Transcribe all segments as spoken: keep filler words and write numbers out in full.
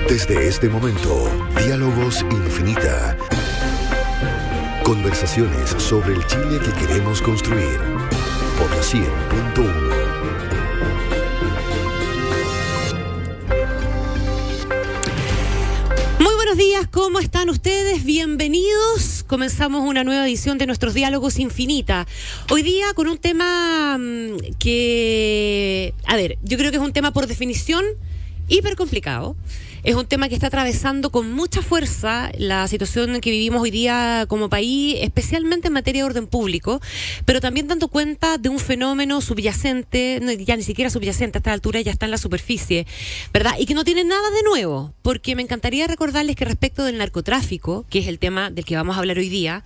Desde este momento, Diálogos Infinita. Conversaciones sobre el Chile que queremos construir. Por la cien punto uno. Muy buenos días, ¿cómo están ustedes? Bienvenidos. Comenzamos una nueva edición de nuestros Diálogos Infinita. Hoy día con un tema mmm, que, a ver, yo creo que es un tema por definición hiper complicado. Es un tema que está atravesando con mucha fuerza la situación que vivimos hoy día como país, especialmente en materia de orden público, pero también dando cuenta de un fenómeno subyacente, ya ni siquiera subyacente, a esta altura ya está en la superficie, ¿verdad? Y que no tiene nada de nuevo, porque me encantaría recordarles que respecto del narcotráfico, que es el tema del que vamos a hablar hoy día,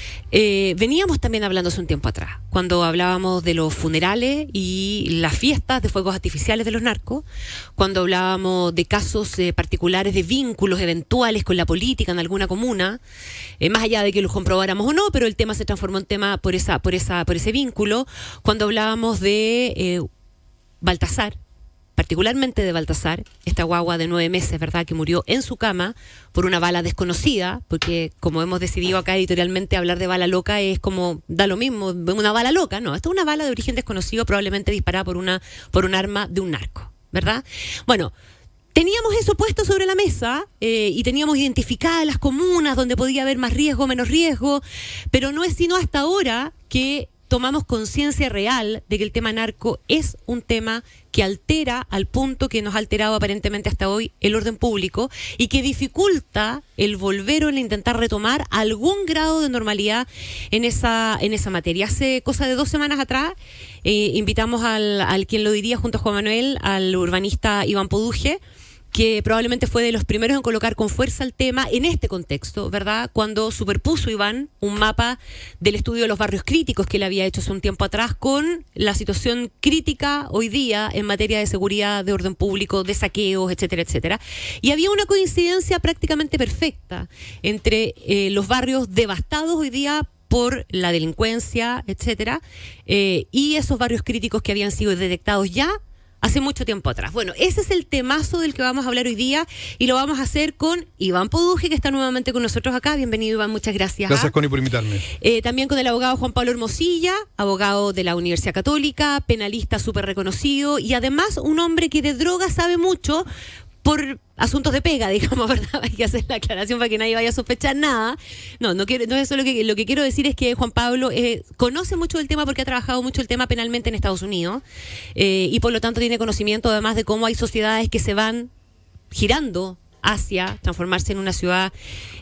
Eh, veníamos también hablando hace un tiempo atrás, cuando hablábamos de los funerales y las fiestas de fuegos artificiales de los narcos, cuando hablábamos de casos eh, particulares de vínculos eventuales con la política en alguna comuna, eh, más allá de que los comprobáramos o no, pero el tema se transformó en tema por esa, por esa, por ese vínculo, cuando hablábamos de eh, Baltasar, particularmente de Baltasar, esta guagua de nueve meses, ¿verdad?, que murió en su cama por una bala desconocida, porque como hemos decidido acá editorialmente, hablar de bala loca es como, da lo mismo, una bala loca, no, esta es una bala de origen desconocido, probablemente disparada por una, por un arma de un narco, ¿verdad? Bueno, teníamos eso puesto sobre la mesa eh, y teníamos identificadas las comunas donde podía haber más riesgo, menos riesgo, pero no es sino hasta ahora que tomamos conciencia real de que el tema narco es un tema que altera al punto que nos ha alterado aparentemente hasta hoy el orden público y que dificulta el volver o el intentar retomar algún grado de normalidad en esa en esa materia. Hace cosa de dos semanas atrás eh, invitamos al, al quien lo diría junto a Juan Manuel, al urbanista Iván Poduje, que probablemente fue de los primeros en colocar con fuerza el tema en este contexto, ¿verdad? Cuando superpuso Iván un mapa del estudio de los barrios críticos que él había hecho hace un tiempo atrás con la situación crítica hoy día en materia de seguridad, de orden público, de saqueos, etcétera, etcétera. Y había una coincidencia prácticamente perfecta entre eh, los barrios devastados hoy día por la delincuencia, etcétera, eh, y esos barrios críticos que habían sido detectados ya hace mucho tiempo atrás. Bueno, ese es el temazo del que vamos a hablar hoy día y lo vamos a hacer con Iván Poduje, que está nuevamente con nosotros acá. Bienvenido, Iván, muchas gracias. Gracias, ¿ah? Connie, por invitarme. Eh, también con el abogado Juan Pablo Hermosilla, abogado de la Universidad Católica, penalista súper reconocido y además un hombre que de droga sabe mucho por asuntos de pega, digamos, ¿verdad? Hay que hacer la aclaración para que nadie vaya a sospechar nada. No, no quiero, no eso lo que lo que quiero decir es que Juan Pablo eh, conoce mucho del tema porque ha trabajado mucho el tema penalmente en Estados Unidos eh, y por lo tanto tiene conocimiento además de cómo hay sociedades que se van girando hacia transformarse en una ciudad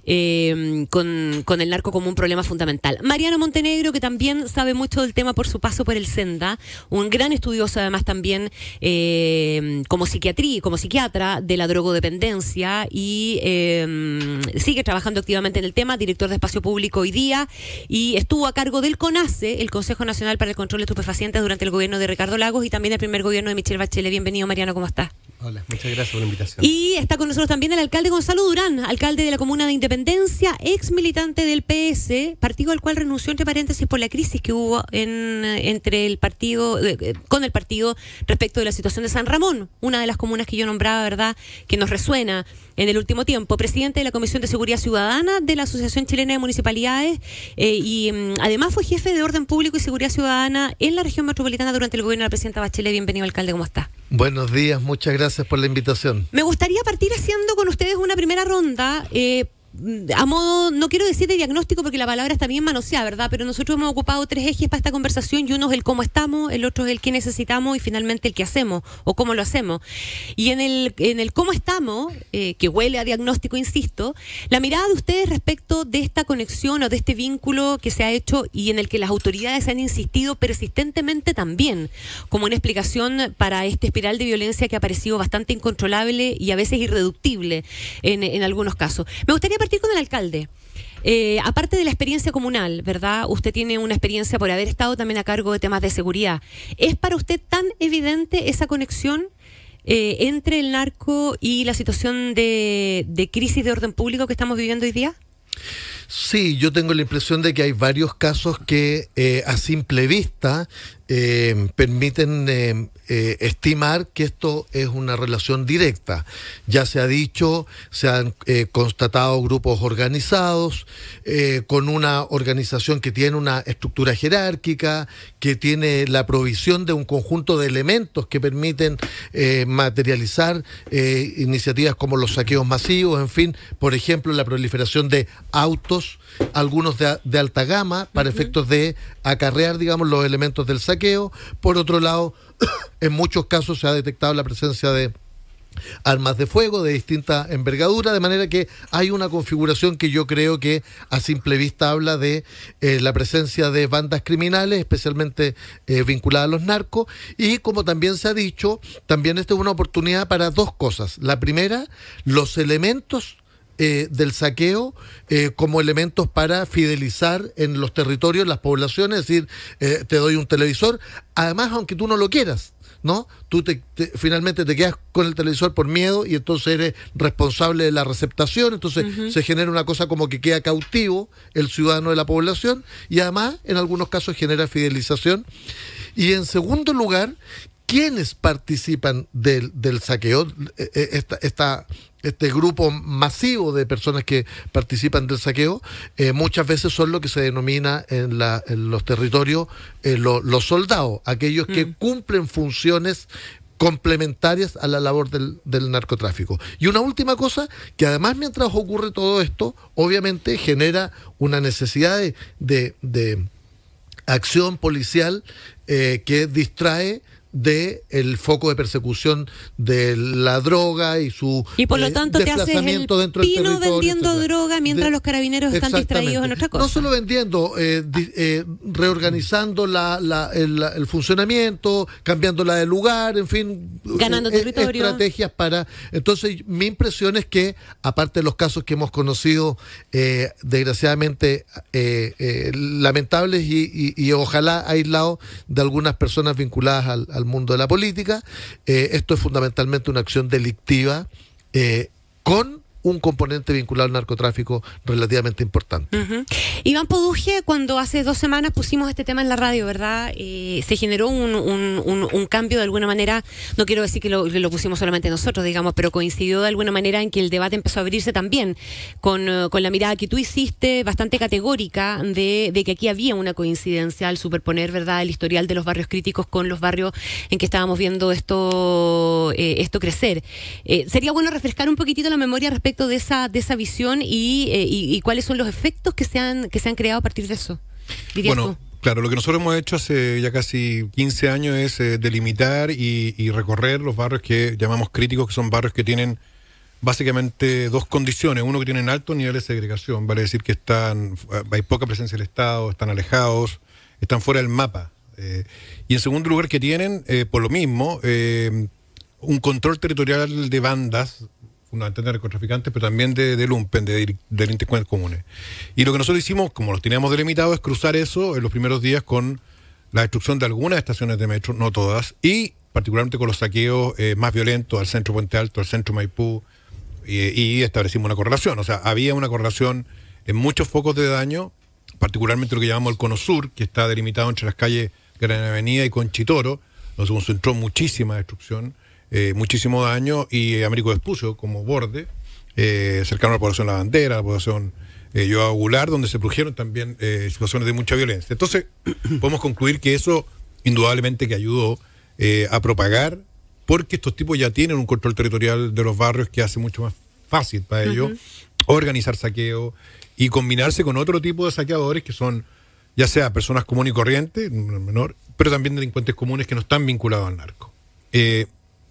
eh, con, con el narco como un problema fundamental. Mariano Montenegro, que también sabe mucho del tema por su paso por el Senda, un gran estudioso además también eh, como psiquiatría, como psiquiatra de la drogodependencia y eh, sigue trabajando activamente en el tema, director de Espacio Público hoy día y estuvo a cargo del CONACE, el Consejo Nacional para el Control de Estupefacientes durante el gobierno de Ricardo Lagos y también el primer gobierno de Michelle Bachelet. Bienvenido, Mariano, ¿cómo estás? Hola, muchas gracias por la invitación. Y está con nosotros también el alcalde Gonzalo Durán, alcalde de la comuna de Independencia, ex militante del P S, partido al cual renunció entre paréntesis por la crisis que hubo en, entre el partido, eh, con el partido respecto de la situación de San Ramón, una de las comunas que yo nombraba, ¿verdad?, que nos resuena en el último tiempo. Presidente de la Comisión de Seguridad Ciudadana de la Asociación Chilena de Municipalidades eh, y um, además fue jefe de Orden Público y Seguridad Ciudadana en la región metropolitana durante el gobierno de la presidenta Bachelet. Bienvenido, alcalde, ¿cómo está? Buenos días, muchas gracias por la invitación. Me gustaría partir haciendo con ustedes una primera ronda, eh, a modo, no quiero decir de diagnóstico porque la palabra está bien manoseada, ¿verdad? Pero nosotros hemos ocupado tres ejes para esta conversación y uno es el cómo estamos, el otro es el qué necesitamos y finalmente el qué hacemos o cómo lo hacemos. Y en el, en el cómo estamos, eh, que huele a diagnóstico, insisto, la mirada de ustedes respecto de esta conexión o de este vínculo que se ha hecho y en el que las autoridades han insistido persistentemente también, como una explicación para esta espiral de violencia que ha parecido bastante incontrolable y a veces irreductible en, en algunos casos. Me gustaría partir con el alcalde. Eh, aparte de la experiencia comunal, ¿verdad? Usted tiene una experiencia por haber estado también a cargo de temas de seguridad. ¿Es para usted tan evidente esa conexión eh, entre el narco y la situación de, de crisis de orden público que estamos viviendo hoy día? Sí, yo tengo la impresión de que hay varios casos que eh, a simple vista eh, permiten eh, eh, estimar que esto es una relación directa. Ya se ha dicho, se han eh, constatado grupos organizados, eh, con una organización que tiene una estructura jerárquica, que tiene la provisión de un conjunto de elementos que permiten eh, materializar eh, iniciativas como los saqueos masivos, en fin, por ejemplo, la proliferación de autos, algunos de, de alta gama, para uh-huh. efectos de acarrear, digamos, los elementos del saqueo. Por otro lado, en muchos casos se ha detectado la presencia de armas de fuego de distinta envergadura, de manera que hay una configuración que yo creo que a simple vista habla de eh, la presencia de bandas criminales, especialmente eh, vinculadas a los narcos, y como también se ha dicho, también esta es una oportunidad para dos cosas. La primera, los elementos Eh, del saqueo eh, como elementos para fidelizar en los territorios las poblaciones, es decir, eh, te doy un televisor, además aunque tú no lo quieras, ¿no? Tú te, te, finalmente te quedas con el televisor por miedo y entonces eres responsable de la receptación, entonces uh-huh. se genera una cosa como que queda cautivo el ciudadano de la población y además en algunos casos genera fidelización. Y en segundo lugar, ¿quiénes participan del, del saqueo? Esta, esta, este grupo masivo de personas que participan del saqueo, eh, muchas veces son lo que se denomina en, la, en los territorios eh, lo, los soldados, aquellos que mm. cumplen funciones complementarias a la labor del, del narcotráfico. Y una última cosa, que además mientras ocurre todo esto, obviamente genera una necesidad de, de, de acción policial eh, que distrae de el foco de persecución de la droga y su y por lo eh, tanto te haces el dentro del pino vendiendo etcétera. droga mientras de, los carabineros están distraídos en otra cosa. No solo vendiendo, eh, di, eh, reorganizando la, la, el, la, el funcionamiento, cambiándola de lugar, en fin, ganando eh, territorio, estrategias para. Entonces mi impresión es que aparte de los casos que hemos conocido eh, desgraciadamente eh, eh, lamentables y, y, y ojalá aislados de algunas personas vinculadas al, al mundo de la política, eh, esto es fundamentalmente una acción delictiva eh, con un componente vinculado al narcotráfico relativamente importante. Uh-huh. Iván Poduje, cuando hace dos semanas pusimos este tema en la radio, ¿verdad? Eh, se generó un, un, un, un cambio de alguna manera, no quiero decir que lo, que lo pusimos solamente nosotros, digamos, pero coincidió de alguna manera en que el debate empezó a abrirse también con, uh, con la mirada que tú hiciste, bastante categórica, de, de que aquí había una coincidencia al superponer, ¿verdad?, el historial de los barrios críticos con los barrios en que estábamos viendo esto, eh, esto crecer. Eh, sería bueno refrescar un poquitito la memoria respecto de esa de esa visión y, eh, y, y cuáles son los efectos que se han que se han creado a partir de eso. Bueno, tú? Claro, lo que nosotros hemos hecho hace ya casi quince años es eh, delimitar y, y recorrer los barrios que llamamos críticos, que son barrios que tienen básicamente dos condiciones. Uno, que tienen altos niveles de segregación, vale decir que están hay poca presencia del Estado, están alejados, están fuera del mapa. Eh, y en segundo lugar, que tienen, eh, por lo mismo, eh, un control territorial de bandas, fundamentalmente de narcotraficantes, pero también de, de lumpen, de delincuentes comunes. Y lo que nosotros hicimos, como los teníamos delimitado, es cruzar eso en los primeros días con la destrucción de algunas estaciones de metro, no todas, y particularmente con los saqueos eh, más violentos al centro Puente Alto, al centro Maipú, y, y establecimos una correlación. O sea, había una correlación en muchos focos de daño, particularmente lo que llamamos el Cono Sur, que está delimitado entre las calles Gran Avenida y Conchitoro, donde se concentró muchísima destrucción, Eh, muchísimo daño, y Américo Vespucio como borde, eh, cercano a la población La Bandera, a la población eh, Joao Goulart, donde se produjeron también eh, situaciones de mucha violencia. Entonces, podemos concluir que eso indudablemente que ayudó eh, a propagar, porque estos tipos ya tienen un control territorial de los barrios que hace mucho más fácil para ellos uh-huh. organizar saqueo y combinarse con otro tipo de saqueadores que son, ya sea personas comunes y corrientes, menor, pero también delincuentes comunes que no están vinculados al narco. Eh,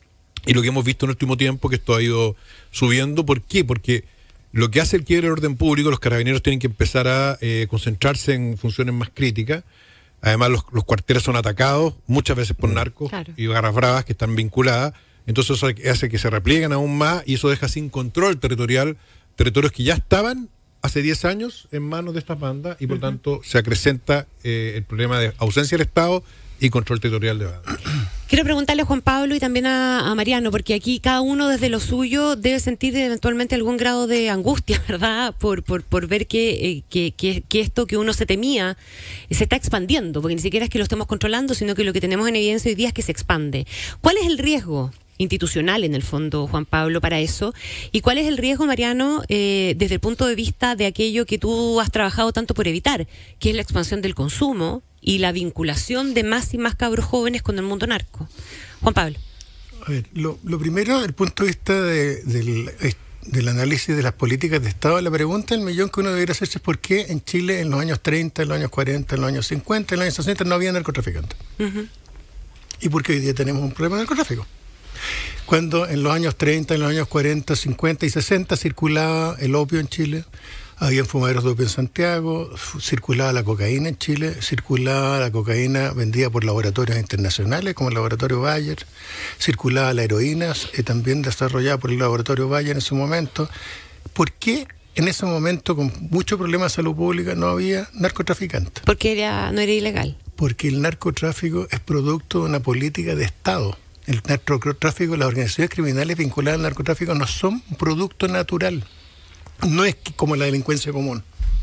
Y lo que hemos visto en el último tiempo, que esto ha ido subiendo. ¿Por qué? Porque lo que hace el quiebre del orden público, los carabineros tienen que empezar a eh, concentrarse en funciones más críticas. Además, los, los cuarteles son atacados muchas veces por narcos claro. y garras bravas que están vinculadas. Entonces eso hace que se replieguen aún más y eso deja sin control territorial territorios que ya estaban hace diez años en manos de estas bandas y por uh-huh. tanto se acrecenta eh, el problema de ausencia del Estado y control territorial de bandas. Quiero preguntarle a Juan Pablo y también a, a Mariano, porque aquí cada uno desde lo suyo debe sentir eventualmente algún grado de angustia, ¿verdad? Por, por, por ver que, eh, que, que, que esto que uno se temía eh, se está expandiendo, porque ni siquiera es que lo estemos controlando, sino que lo que tenemos en evidencia hoy día es que se expande. ¿Cuál es el riesgo institucional, en el fondo, Juan Pablo, para eso? ¿Y cuál es el riesgo, Mariano, eh, desde el punto de vista de aquello que tú has trabajado tanto por evitar, que es la expansión del consumo y la vinculación de más y más cabros jóvenes con el mundo narco? Juan Pablo. A ver, lo, lo primero, desde el punto de vista de, del, del análisis de las políticas de Estado, la pregunta del millón que uno debería hacerse es por qué en Chile en los años treinta, en los años cuarenta, en los años cincuenta, en los años sesenta no había narcotraficantes. Uh-huh. Y por qué hoy día tenemos un problema de narcotráfico. Cuando en los años treinta, en los años cuarenta, cincuenta y sesenta circulaba el opio en Chile, había fumaderos de opio en Santiago, circulaba la cocaína en Chile, circulaba la cocaína vendida por laboratorios internacionales como el laboratorio Bayer, circulaba la heroína, eh, también desarrollada por el laboratorio Bayer en su momento. ¿Por qué en ese momento, con muchos problemas de salud pública, no había narcotraficantes? Porque era, no era ilegal. Porque el narcotráfico es producto de una política de Estado. El narcotráfico, las organizaciones criminales vinculadas al narcotráfico no son un producto natural. No es como la delincuencia común.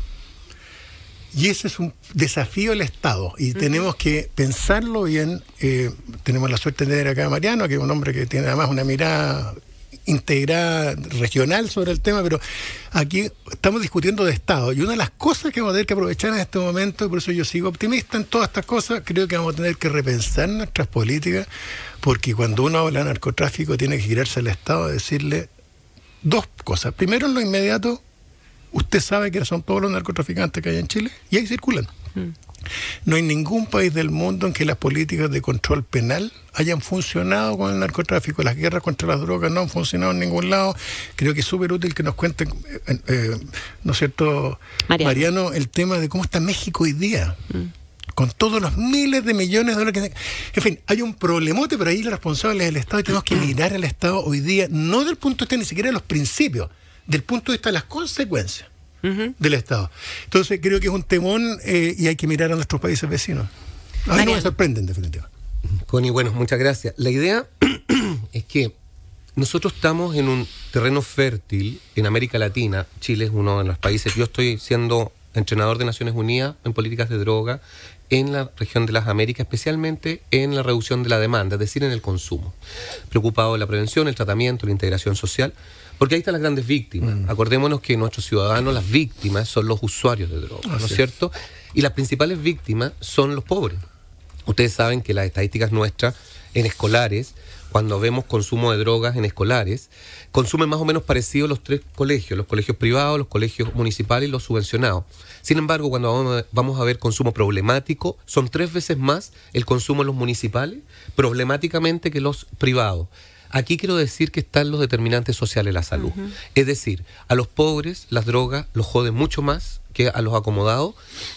Y ese es un desafío del Estado. Y uh-huh. tenemos que pensarlo bien. Eh, tenemos la suerte de tener acá a Mariano, que es un hombre que tiene además una mirada integrada regional sobre el tema, pero aquí estamos discutiendo de Estado. Y una de las cosas que vamos a tener que aprovechar en este momento, y por eso yo sigo optimista en todas estas cosas, creo que vamos a tener que repensar nuestras políticas, porque cuando uno habla de narcotráfico tiene que girarse al Estado a decirle dos cosas. Primero, en lo inmediato, usted sabe que son todos los narcotraficantes que hay en Chile y ahí circulan. Mm. No hay ningún país del mundo en que las políticas de control penal hayan funcionado con el narcotráfico. Las guerras contra las drogas no han funcionado en ningún lado. Creo que es súper útil que nos cuenten, eh, eh, ¿no es cierto, Mariano. Mariano, el tema de cómo está México hoy día? Mm. Con todos los miles de millones de dólares que... En fin, hay un problemote, pero ahí el responsable es el Estado y tenemos que mirar al Estado hoy día, no del punto de vista ni siquiera de los principios, del punto de vista de las consecuencias uh-huh. del Estado. Entonces creo que es un temón eh, y hay que mirar a nuestros países vecinos. A mí no me sorprende, en definitiva. Connie, bueno, muchas gracias. La idea es que nosotros estamos en un terreno fértil en América Latina. Chile es uno de los países. Yo estoy siendo entrenador de Naciones Unidas en políticas de droga en la región de las Américas, especialmente en la reducción de la demanda, es decir, en el consumo. Preocupado de la prevención, el tratamiento, la integración social, porque ahí están las grandes víctimas. Mm. Acordémonos que nuestros ciudadanos, las víctimas, son los usuarios de drogas, ¿no es cierto? Y las principales víctimas son los pobres. Ustedes saben que las estadísticas nuestras en escolares, cuando vemos consumo de drogas en escolares, consumen más o menos parecido los tres colegios, los colegios privados, los colegios municipales y los subvencionados. Sin embargo, cuando vamos a, vamos a ver consumo problemático, son tres veces más el consumo en los municipales, problemáticamente, que los privados. Aquí quiero decir que están los determinantes sociales de la salud. Uh-huh. Es decir, a los pobres las drogas los joden mucho más que a los acomodados,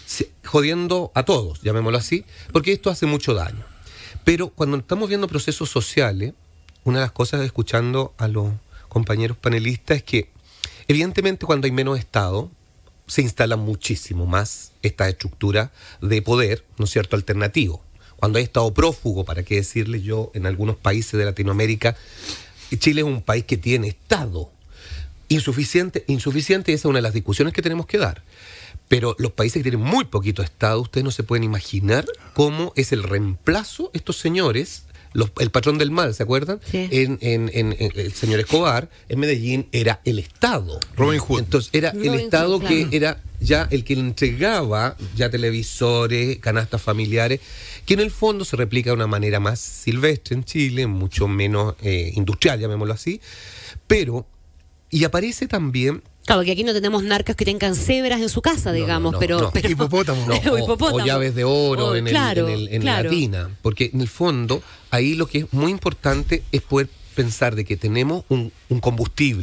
jodiendo a todos, llamémoslo así, porque esto hace mucho daño. Pero cuando estamos viendo procesos sociales, una de las cosas, escuchando a los compañeros panelistas, es que evidentemente cuando hay menos Estado, se instala muchísimo más esta estructura de poder, ¿no es cierto?, alternativo. Cuando hay Estado prófugo, para qué decirle yo, en algunos países de Latinoamérica, Chile es un país que tiene Estado insuficiente, insuficiente, y esa es una de las discusiones que tenemos que dar. Pero los países que tienen muy poquito Estado, ustedes no se pueden imaginar cómo es el reemplazo, estos señores, los, el patrón del mal, ¿se acuerdan? Sí. En, en, en, en el señor Escobar, en Medellín, era el Estado. Robin Hood. Entonces, era Robin el Estado Hood, que claro. era ya el que le entregaba ya televisores, canastas familiares, que en el fondo se replica de una manera más silvestre en Chile, mucho menos eh, industrial, llamémoslo así, pero, y aparece también... Claro, que aquí no tenemos narcos que tengan cebras en su casa, digamos, no, no, pero, no. pero... Hipopótamos. No, o, hipopótamo. o llaves de oro oh, en, claro, el, en, el, en claro. la tina, porque en el fondo, ahí lo que es muy importante es poder pensar de que tenemos un, un combustible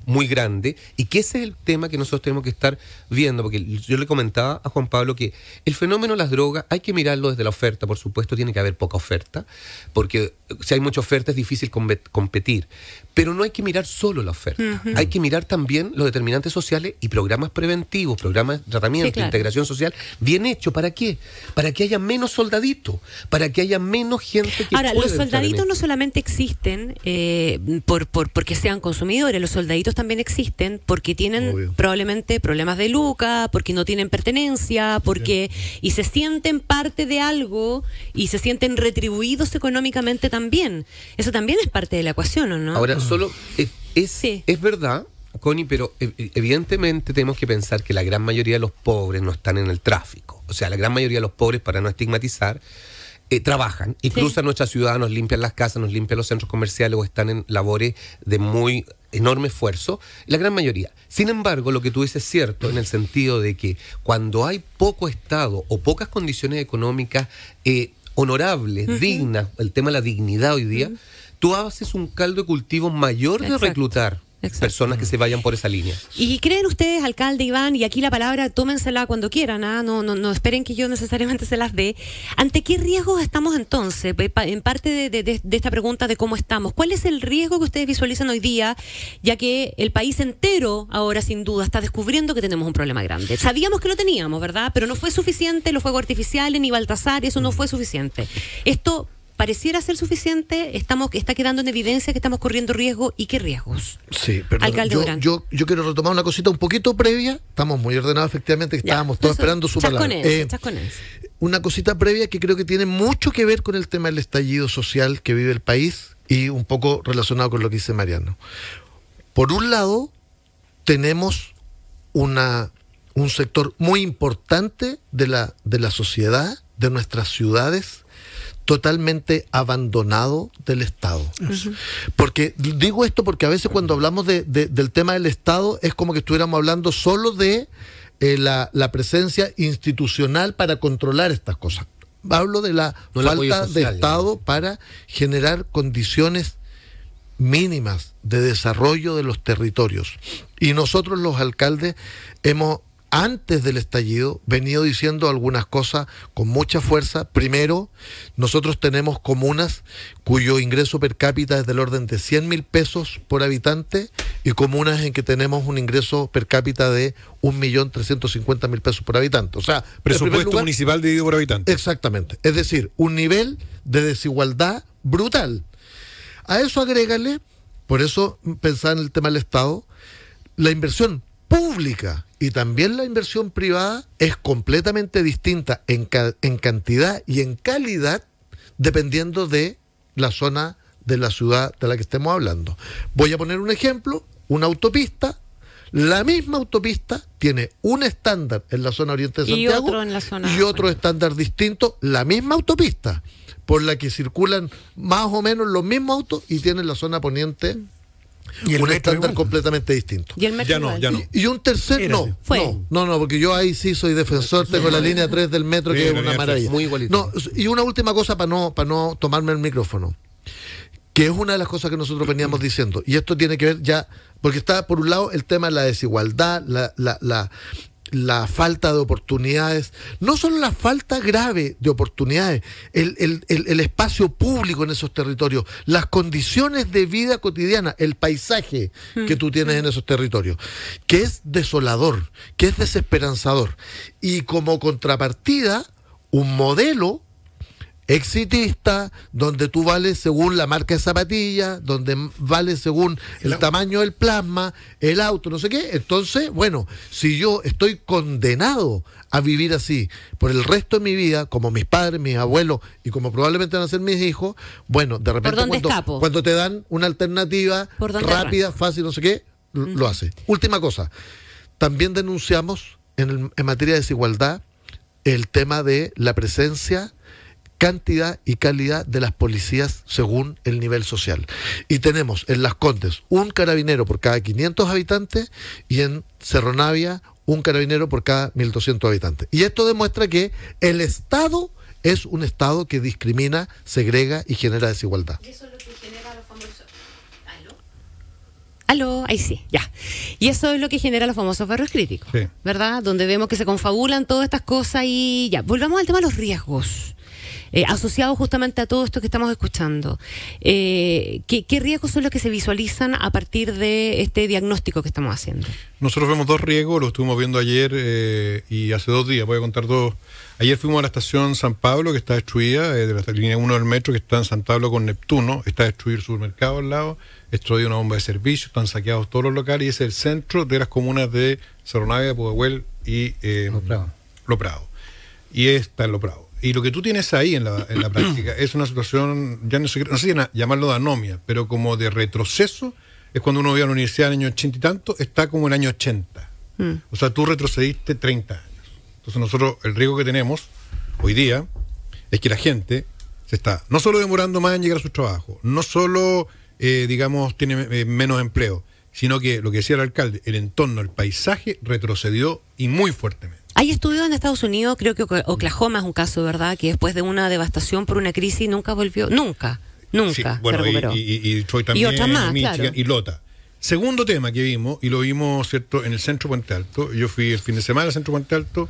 muy grande, y que ese es el tema que nosotros tenemos que estar viendo, porque yo le comentaba a Juan Pablo que el fenómeno de las drogas hay que mirarlo desde la oferta. Por supuesto tiene que haber poca oferta, porque si hay mucha oferta es difícil competir, pero no hay que mirar solo la oferta, uh-huh. hay que mirar también los determinantes sociales y programas preventivos, programas de tratamiento, sí, claro. integración social, bien hecho. ¿Para qué? Para que haya menos soldaditos, para que haya menos gente que Ahora, pueda los soldaditos no solamente existen eh, por, por porque sean consumidores, los soldaditos también existen porque tienen Obvio. probablemente problemas de lucas, porque no tienen pertenencia, porque sí. y se sienten parte de algo y se sienten retribuidos económicamente también. Eso también es parte de la ecuación, ¿o no? Ahora, solo es, es, sí. es verdad, Connie, pero evidentemente tenemos que pensar que la gran mayoría de los pobres no están en el tráfico. O sea, la gran mayoría de los pobres, para no estigmatizar, Eh, trabajan y sí. cruzan nuestra ciudad, nos limpian las casas, nos limpian los centros comerciales o están en labores de muy enorme esfuerzo, la gran mayoría. Sin embargo, lo que tú dices es cierto en el sentido de que cuando hay poco Estado o pocas condiciones económicas eh, honorables, uh-huh. dignas, el tema de la dignidad hoy día, uh-huh. tú haces un caldo de cultivo mayor de Exacto. reclutar Exacto. personas que se vayan por esa línea. ¿Y creen ustedes, alcalde Iván, y aquí la palabra tómensela cuando quieran, ¿ah? no, no, no esperen que yo necesariamente se las dé, ante qué riesgos estamos entonces? En parte de, de, de esta pregunta de cómo estamos, ¿cuál es el riesgo que ustedes visualizan hoy día, ya que el país entero ahora sin duda está descubriendo que tenemos un problema grande? Sabíamos que lo teníamos, ¿verdad? Pero no fue suficiente, los fuegos artificiales ni Baltasar, eso no fue suficiente. Esto pareciera ser suficiente, estamos, está quedando en evidencia que estamos corriendo riesgo. ¿Y qué riesgos? Sí, perdón. Alcalde yo, yo, yo quiero retomar una cosita un poquito previa. Estamos muy ordenados, efectivamente, que estábamos ya, todos eso, esperando su palabra. Con eso, eh, con eso. Una cosita previa que creo que tiene mucho que ver con el tema del estallido social que vive el país y un poco relacionado con lo que dice Mariano. Por un lado, tenemos una, un sector muy importante de la, de la sociedad, de nuestras ciudades, totalmente abandonado del Estado. Uh-huh. Porque digo esto porque a veces cuando hablamos de, de, del tema del Estado es como que estuviéramos hablando solo de eh, la, la presencia institucional para controlar estas cosas. Hablo de la no falta social, de Estado ya. para generar condiciones mínimas de desarrollo de los territorios. Y nosotros los alcaldes hemos, antes del estallido, venido diciendo algunas cosas con mucha fuerza. Primero, nosotros tenemos comunas cuyo ingreso per cápita es del orden de cien mil pesos por habitante y comunas en que tenemos un ingreso per cápita de un millón trescientos cincuenta mil pesos por habitante. O sea, presupuesto lugar, municipal dividido por habitante. Exactamente. Es decir, un nivel de desigualdad brutal. A eso agrégale, por eso pensar en el tema del Estado, la inversión pública y también la inversión privada es completamente distinta en, ca- en cantidad y en calidad dependiendo de la zona de la ciudad de la que estemos hablando. Voy a poner un ejemplo, una autopista. La misma autopista tiene un estándar en la zona oriente de Santiago y otro, en la zona y otro estándar distinto, la misma autopista por la que circulan más o menos los mismos autos y tiene en la zona poniente ¿Y un estándar igual? completamente distinto. ¿Y el metro ya no, ya no. Y, y un tercer, no, no, no, no, porque yo ahí sí soy defensor, tengo la línea tres del metro, que es una maravilla. Muy igualito. No, y una última cosa para no, para no tomarme el micrófono, que es una de las cosas que nosotros veníamos diciendo, y esto tiene que ver ya, porque está por un lado el tema de la desigualdad, la, la, la, la falta de oportunidades, no solo la falta grave de oportunidades, el, el, el, el espacio público en esos territorios, las condiciones de vida cotidiana, el paisaje que tú tienes en esos territorios, que es desolador, que es desesperanzador, y como contrapartida, un modelo exitista, donde tú vales según la marca de zapatilla, donde vales según el, el tamaño del plasma, el auto, no sé qué. Entonces, bueno, si yo estoy condenado a vivir así por el resto de mi vida, como mis padres, mis abuelos y como probablemente van a ser mis hijos, bueno, de repente cuando, cuando te dan una alternativa rápida, arranca? fácil, no sé qué, uh-huh. lo hace. Última cosa, también denunciamos en, el, en materia de desigualdad el tema de la presencia, cantidad y calidad de las policías según el nivel social. Y tenemos en Las Condes un carabinero por cada quinientos habitantes y en Cerro Navia un carabinero por cada mil doscientos habitantes. Y esto demuestra que el Estado es un Estado que discrimina, segrega y genera desigualdad. Y eso es lo que genera los famosos... Aló, ahí sí, ya. Y eso es lo que genera los famosos barrios críticos, Sí. ¿verdad? Donde vemos que se confabulan todas estas cosas y ya. Volvamos al tema de los riesgos, eh, asociados justamente a todo esto que estamos escuchando. Eh, ¿qué, ¿Qué riesgos son los que se visualizan a partir de este diagnóstico que estamos haciendo? Nosotros vemos dos riesgos, lo estuvimos viendo ayer eh, y hace dos días, voy a contar dos. Ayer fuimos a la estación San Pablo, que está destruida, eh, de la línea uno del metro, que está en San Pablo con Neptuno, está destruido el supermercado al lado, destruida una bomba de servicio, están saqueados todos los locales y es el centro de las comunas de Cerro Navia, Pudahuel y eh, Lo Prado. Lo Prado. Y está en Lo Prado. Y lo que tú tienes ahí en la, en la práctica es una situación, ya no sé, no sé si na- llamarlo de anomia, pero como de retroceso, es cuando uno ve a la universidad en el año ochenta y tanto, está como en el año ochenta. Mm. O sea, tú retrocediste treinta años. Entonces nosotros, el riesgo que tenemos hoy día es que la gente se está no solo demorando más en llegar a su trabajo, no solo, eh, digamos, tiene eh, menos empleo, sino que lo que decía el alcalde, el entorno, el paisaje retrocedió y muy fuertemente. Hay estudios en Estados Unidos, creo que Oc- Oklahoma es un caso, ¿verdad? Que después de una devastación por una crisis nunca volvió, nunca, nunca Sí, se bueno, y, recuperó. y, y Detroit también, otras más, Michigan claro. y Lota. Segundo tema que vimos, y lo vimos, ¿cierto?, en el centro Puente Alto. Yo fui el fin de semana al centro Puente Alto,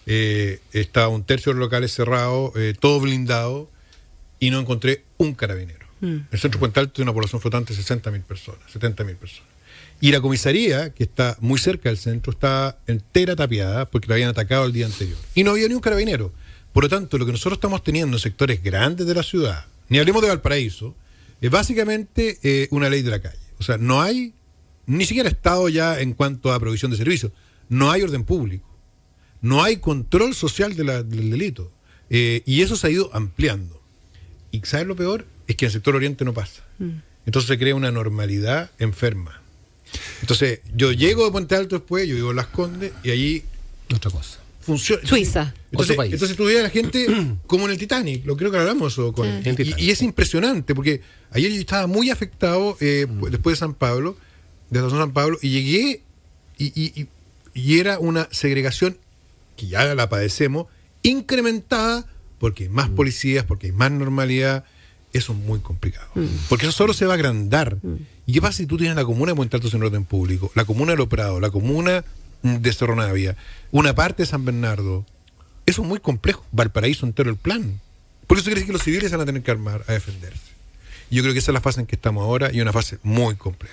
eh, estaba un tercio de los locales cerrados, eh, todo blindado, y no encontré un carabinero. Mm. El centro Puente Alto tiene una población flotante de sesenta mil personas, setenta mil personas. Y la comisaría, que está muy cerca del centro, está entera tapiada porque la habían atacado el día anterior. Y no había ni un carabinero. Por lo tanto, lo que nosotros estamos teniendo en sectores grandes de la ciudad, ni hablemos de Valparaíso, es básicamente eh, una ley de la calle. O sea, no hay ni siquiera Estado ya en cuanto a provisión de servicios. No hay orden público. No hay control social de la- del delito. Eh, y eso se ha ido ampliando. Y ¿sabes lo peor? Es que en el sector oriente no pasa. Entonces se crea una normalidad enferma. Entonces, yo llego de Puente Alto después, yo vivo en Las Condes, y allí Otra cosa. funciona. Suiza. Entonces, Otro país. entonces tú ves a la gente como en el Titanic, lo creo que hablamos eso con Sí. En y, Titanic. y es impresionante, porque ayer yo estaba muy afectado eh, Mm. después de San Pablo, de la estación San Pablo, y llegué y, y, y, y era una segregación que ya la padecemos, incrementada porque hay Mm. más policías, porque hay más normalidad. Eso es muy complicado. Porque eso solo se va a agrandar. ¿Y qué pasa si tú tienes la comuna de Puente Alto sin orden público, la comuna de Lo Prado, la comuna mm, de Cerro Navia, una parte de San Bernardo? Eso es muy complejo. Valparaíso entero el plan. Por eso quiere decir que los civiles se van a tener que armar a defenderse. Y yo creo que esa es la fase en que estamos ahora y una fase muy compleja.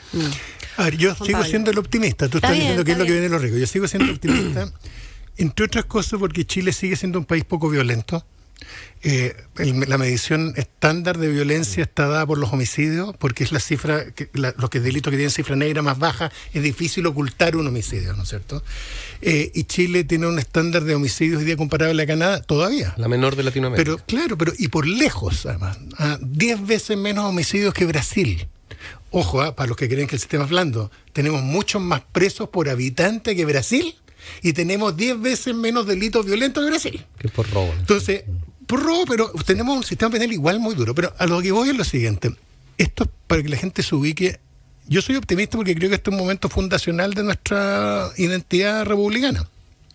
A ver, yo Juan sigo Pablo. siendo el optimista. Tú Está estás bien, diciendo que es está lo que bien. viene de los riesgos. Yo sigo siendo optimista, entre otras cosas porque Chile sigue siendo un país poco violento. Eh, el- la medición estándar de violencia está dada por los homicidios, porque es la cifra, que, la- los que delitos que tienen cifra negra más baja, es difícil ocultar un homicidio, ¿no es cierto? Eh, y Chile tiene un estándar de homicidios hoy día comparable a Canadá, todavía. La menor de Latinoamérica. Pero claro, pero y por lejos, además, a diez veces menos homicidios que Brasil. Ojo, ah, para los que creen que el sistema es blando, tenemos muchos más presos por habitante que Brasil y tenemos diez veces menos delitos violentos que Brasil. que por robo. ¿no? Entonces, por robo, pero tenemos un sistema penal igual muy duro. Pero a lo que voy es lo siguiente. Esto es para que la gente se ubique. Yo soy optimista porque creo que este es un momento fundacional de nuestra identidad republicana.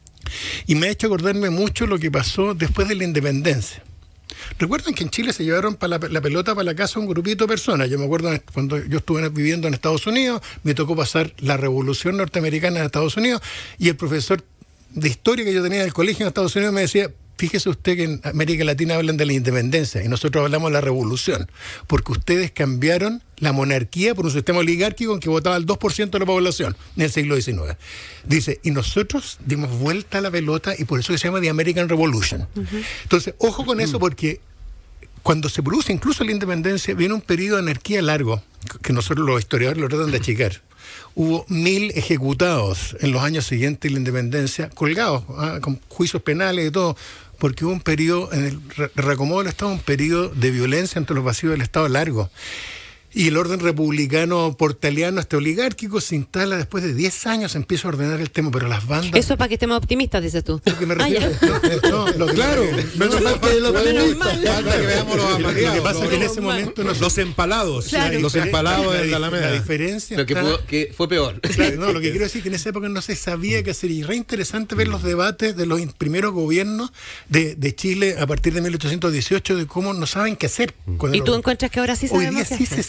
Y me ha hecho acordarme mucho lo que pasó después de la independencia. Recuerdan que en Chile se llevaron para la, la pelota para la casa un grupito de personas. Yo me acuerdo cuando yo estuve viviendo en Estados Unidos, me tocó pasar la revolución norteamericana en Estados Unidos y el profesor de historia que yo tenía en el colegio en Estados Unidos me decía: fíjese usted que en América Latina hablan de la independencia y nosotros hablamos de la revolución, porque ustedes cambiaron la monarquía por un sistema oligárquico en que votaba el dos por ciento de la población en el siglo diecinueve. Dice, y nosotros dimos vuelta a la pelota y por eso se llama The American Revolution. Uh-huh. Entonces, ojo con eso porque cuando se produce incluso la independencia viene un periodo de anarquía largo, que nosotros los historiadores lo tratan de achicar. Hubo mil ejecutados en los años siguientes de la independencia, colgados, ¿ah? Con juicios penales y todo, porque hubo un periodo, en el reacomodo del Estado, un periodo de violencia entre los vacíos del Estado largo. Y el orden republicano portaliano, este oligárquico, se instala después de diez años, empieza a ordenar el tema, pero las bandas... Eso para que estemos optimistas, dices tú. Lo que me refiero, Ah, no, no, lo que Claro, me menos mal que lo Menos mal. falta que veamos los Lo que apaleados, pasa es que en los- ese momento no se- los empalados, Claro. los empalados en la la Alameda. diferencia Pero que, está- fue, que fue peor. Claro, no, lo que quiero decir es que en esa época no se sabía qué hacer y re interesante ver los debates de los in- primeros gobiernos de, de Chile a partir de mil ochocientos dieciocho de cómo no saben qué hacer. con ¿Y el tú orden. encuentras que ahora sí Hoy sabemos día qué sí hacer? se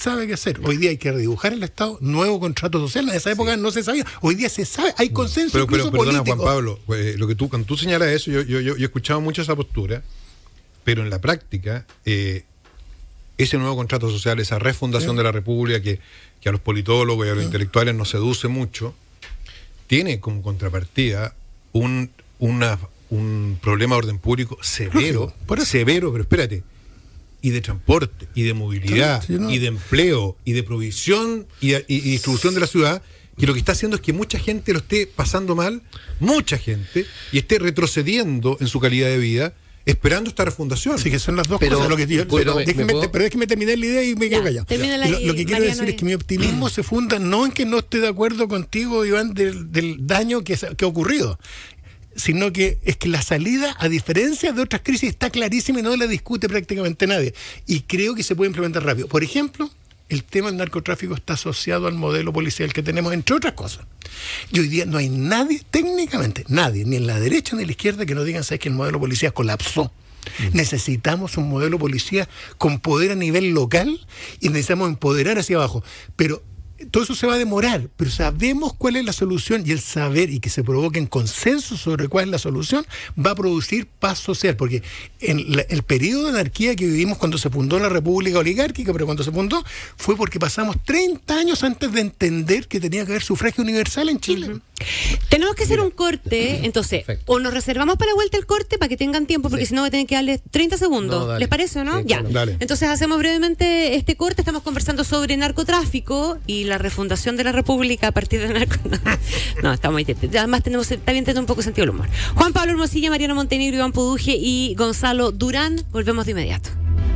sabe qué hacer. Hoy día hay que redibujar el Estado, nuevo contrato social. En esa época sí. no se sabía. Hoy día se sabe, hay consenso pero, incluso pero, perdona, político. Juan Pablo, pues, lo que tú, cuando tú señalas eso, yo, yo, yo, yo he escuchado mucho esa postura, pero en la práctica, eh, ese nuevo contrato social, esa refundación sí. de la República que, que a los politólogos y a los sí. intelectuales nos seduce mucho, tiene como contrapartida un, una, un problema de orden público severo, por severo, pero espérate, y de transporte, y de movilidad, sí, sí, no. y de empleo, y de provisión, y, y, y distribución de la ciudad, que lo que está haciendo es que mucha gente lo esté pasando mal, mucha gente, y esté retrocediendo en su calidad de vida, esperando esta refundación. Sí, que son las dos pero, cosas. Lo que yo, pero, me, déjeme, me pero es que me terminé la idea y me quedo callado. Lo, lo que quiero decir es que mi optimismo se funda no en que no esté de acuerdo contigo, Iván, del, del daño que, que ha ocurrido, sino que es que la salida, a diferencia de otras crisis, está clarísima y no la discute prácticamente nadie. Y creo que se puede implementar rápido. Por ejemplo, el tema del narcotráfico está asociado al modelo policial que tenemos, entre otras cosas. Y hoy día no hay nadie, técnicamente, nadie, ni en la derecha ni en la izquierda, que nos digan, ¿sabes que el modelo policial colapsó? Mm. Necesitamos un modelo policía con poder a nivel local y necesitamos empoderar hacia abajo. Pero todo eso se va a demorar, pero sabemos cuál es la solución, y el saber y que se provoquen consensos sobre cuál es la solución va a producir paz social, porque en la, el periodo de anarquía que vivimos cuando se fundó la República Oligárquica, pero cuando se fundó, fue porque pasamos treinta años antes de entender que tenía que haber sufragio universal en Chile. Uh-huh. Tenemos que hacer Mira. un corte, entonces, Perfecto. o nos reservamos para la vuelta el corte para que tengan tiempo, porque sí. si no voy a tener que darles treinta segundos. No, ¿les parece o no? Sí, ya. Dale. Entonces hacemos brevemente este corte, estamos conversando sobre narcotráfico y la refundación de la República a partir de narco... No, está muy bien. Además tenemos, está bien tener un poco sentido del humor. Juan Pablo Hermosilla, Mariano Montenegro, Iván Poduje y Gonzalo Durán. Volvemos de inmediato.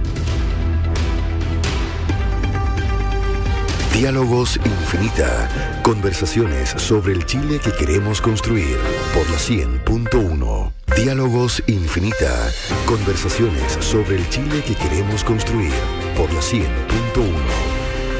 Diálogos Infinita. Conversaciones sobre el Chile que queremos construir. Por la cien punto uno. Diálogos Infinita. Conversaciones sobre el Chile que queremos construir. Por la cien punto uno.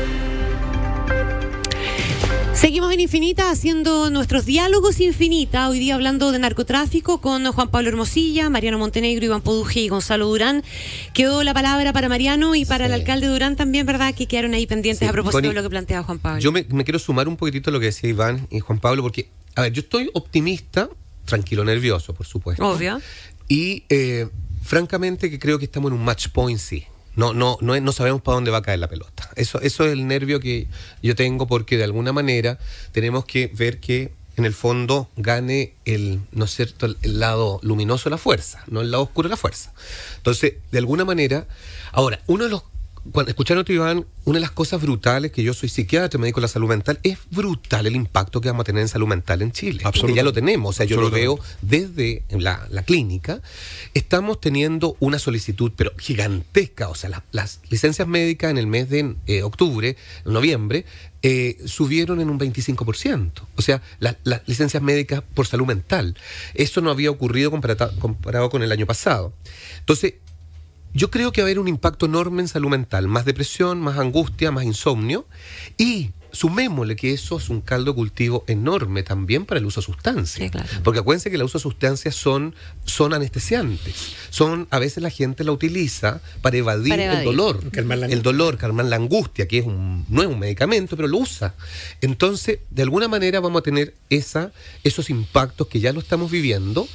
Seguimos en Infinita haciendo nuestros diálogos Infinita, hoy día hablando de narcotráfico con Juan Pablo Hermosilla, Mariano Montenegro, Iván Poduje y Gonzalo Durán. Quedó la palabra para Mariano y para sí. el alcalde Durán también, ¿verdad? Que quedaron ahí pendientes sí. a propósito Connie, de lo que planteaba Juan Pablo. Yo me, me quiero sumar un poquitito a lo que decía Iván y Juan Pablo, porque, a ver, yo estoy optimista, tranquilo, nervioso, por supuesto. Obvio. Y, eh, francamente, que creo que estamos en un match point, sí. No, no, no, no sabemos para dónde va a caer la pelota. Eso, eso es el nervio que yo tengo, porque de alguna manera tenemos que ver que en el fondo gane el, ¿no es cierto?, el, el lado luminoso de la fuerza, no el lado oscuro de la fuerza. Entonces, de alguna manera, ahora, uno de los Cuando escucharon a Iván, una de las cosas brutales, que yo soy psiquiatra, médico de la salud mental, es brutal el impacto que vamos a tener en salud mental en Chile. Porque ya lo tenemos, o sea, yo lo veo desde la, la clínica. Estamos teniendo una solicitud, pero gigantesca, o sea, la, las licencias médicas en el mes de eh, octubre, noviembre, eh, subieron en un veinticinco por ciento. O sea, las la licencias médicas por salud mental. Eso no había ocurrido comparado, comparado con el año pasado. Entonces, yo creo que va a haber un impacto enorme en salud mental, más depresión, más angustia, más insomnio, y sumémosle que eso es un caldo de cultivo enorme también para el uso de sustancias. Sí, claro. Porque acuérdense que el uso de sustancias son, son anestesiantes. Son, a veces la gente la utiliza para evadir, para evadir. el dolor. Calmar la el dolor, calmar la angustia, que es un, no es un medicamento, pero lo usa. Entonces, de alguna manera vamos a tener esa, esos impactos que ya lo estamos viviendo.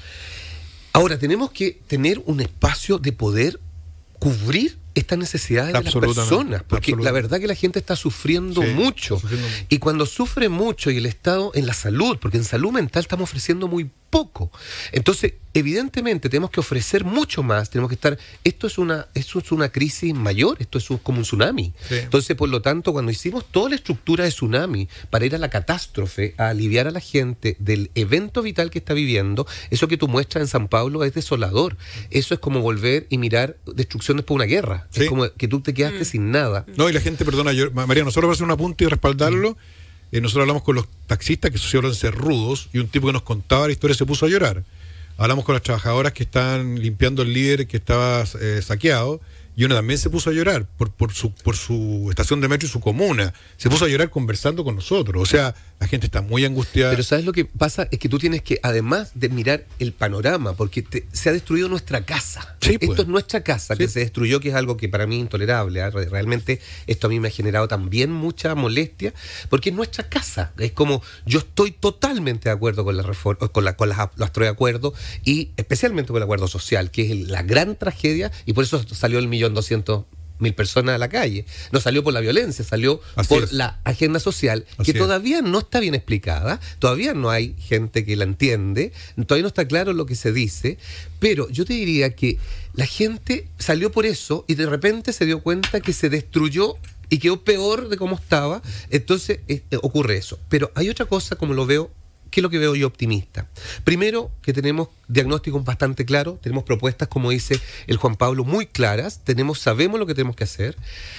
Ahora, tenemos que tener un espacio de poder cubrir estas necesidades de las personas, porque la verdad que la gente está sufriendo, sí, mucho, sufriendo mucho, y cuando sufre mucho y el Estado en la salud, porque en salud mental estamos ofreciendo muy poco, entonces evidentemente tenemos que ofrecer mucho más, tenemos que estar, esto es una, esto es una crisis mayor, esto es un, como un tsunami, sí. Entonces por lo tanto cuando hicimos toda la estructura de tsunami para ir a la catástrofe, a aliviar a la gente del evento vital que está viviendo, eso que tú muestras en San Pablo es desolador, eso es como volver y mirar destrucción después de una guerra. Sí. Es como que tú te quedaste mm. sin nada. No, y la gente, perdona, yo, María, nosotros para hacer un apunte y respaldarlo, mm. eh, nosotros hablamos con los taxistas que suelen ser rudos, y un tipo que nos contaba la historia se puso a llorar. Hablamos con las trabajadoras que están limpiando el líder que estaba eh, saqueado, y uno también se puso a llorar por, por, su, por su estación de metro y su comuna. Se puso a llorar conversando con nosotros. O sea, la gente está muy angustiada. Pero ¿sabes lo que pasa? Es que tú tienes que, además de mirar el panorama, porque te, se ha destruido nuestra casa. Sí, esto pues. es nuestra casa, Sí. que se destruyó, que es algo que para mí es intolerable. ¿eh? Realmente esto a mí me ha generado también mucha molestia, porque es nuestra casa. Es como, yo estoy totalmente de acuerdo con la reforma, con, la, con las, los acuerdos, y especialmente con el acuerdo social, que es el, la gran tragedia, y por eso salió el millón doscientos mil personas a la calle. No salió por la violencia, salió Así por es. la agenda social, Así que es. todavía no está bien explicada, todavía no hay gente que la entiende, todavía no está claro lo que se dice, pero yo te diría que la gente salió por eso y de repente se dio cuenta que se destruyó y quedó peor de cómo estaba. Entonces eh, ocurre eso. Pero hay otra cosa, como lo veo, ¿qué es lo que veo yo optimista? Primero, que tenemos diagnósticos bastante claros, tenemos propuestas, como dice el Juan Pablo, muy claras, tenemos, sabemos lo que tenemos que hacer.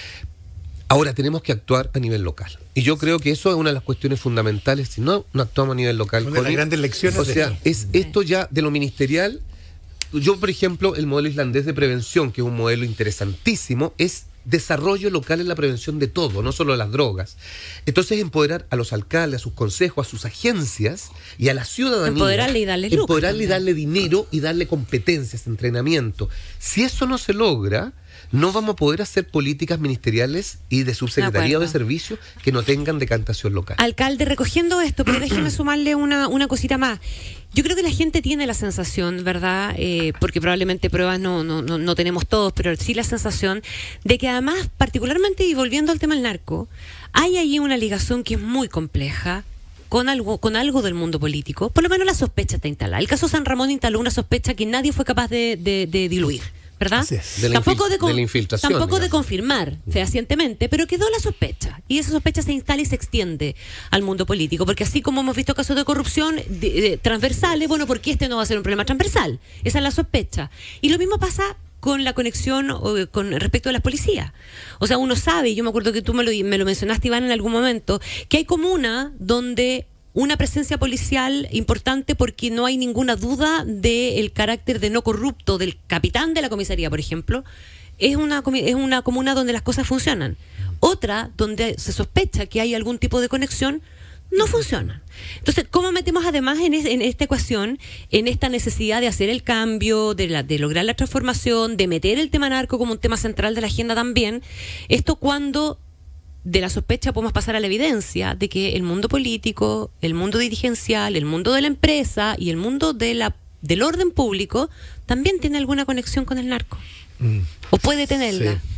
Ahora tenemos que actuar a nivel local. Y yo creo que eso es una de las cuestiones fundamentales. Si no, no actuamos a nivel local. Una de las Connie, grandes lecciones O de sea, esto. es esto ya de lo ministerial. Yo, por ejemplo, el modelo islandés de prevención, que es un modelo interesantísimo, es desarrollo local en la prevención de todo, no solo de las drogas. Entonces, empoderar a los alcaldes, a sus consejos, a sus agencias y a la ciudadanía. Empoderarle y darle lucas Empoderarle y también. darle dinero y darle competencias, entrenamiento. Si eso no se logra, no vamos a poder hacer políticas ministeriales y de subsecretaría o de acuerdo. servicios que no tengan decantación local. Alcalde, recogiendo esto, pero déjeme sumarle una, una cosita más. Yo creo que la gente tiene la sensación, ¿verdad? Eh, porque probablemente pruebas no, no, no, no tenemos todos, pero sí la sensación de que además, particularmente, y volviendo al tema del narco, hay allí una ligación que es muy compleja con algo, con algo del mundo político. Por lo menos la sospecha está instalada. El caso San Ramón instaló una sospecha que nadie fue capaz de, de, de diluir. ¿Verdad? Así es. De la tampoco infil- de, con- de la infiltración, tampoco de digamos. confirmar fehacientemente, pero quedó la sospecha. Y esa sospecha se instala y se extiende al mundo político. Porque así como hemos visto casos de corrupción de- de- transversales, bueno, ¿por qué este no va a ser un problema transversal? Esa es la sospecha. Y lo mismo pasa con la conexión o, con respecto a las policías. O sea, uno sabe, y yo me acuerdo que tú me lo, me lo mencionaste, Iván, en algún momento, que hay comunas donde una presencia policial importante porque no hay ninguna duda del carácter de no corrupto del capitán de la comisaría, por ejemplo, es una, comi- es una comuna donde las cosas funcionan. Otra, donde se sospecha que hay algún tipo de conexión, no funciona. Entonces, ¿cómo metemos además en, es- en esta ecuación, en esta necesidad de hacer el cambio, de, la- de lograr la transformación, de meter el tema narco como un tema central de la agenda también? Esto cuando de la sospecha podemos pasar a la evidencia de que el mundo político, el mundo dirigencial, el mundo de la empresa y el mundo de la, del orden público también tiene alguna conexión con el narco. Mm. O puede tenerla. Sí.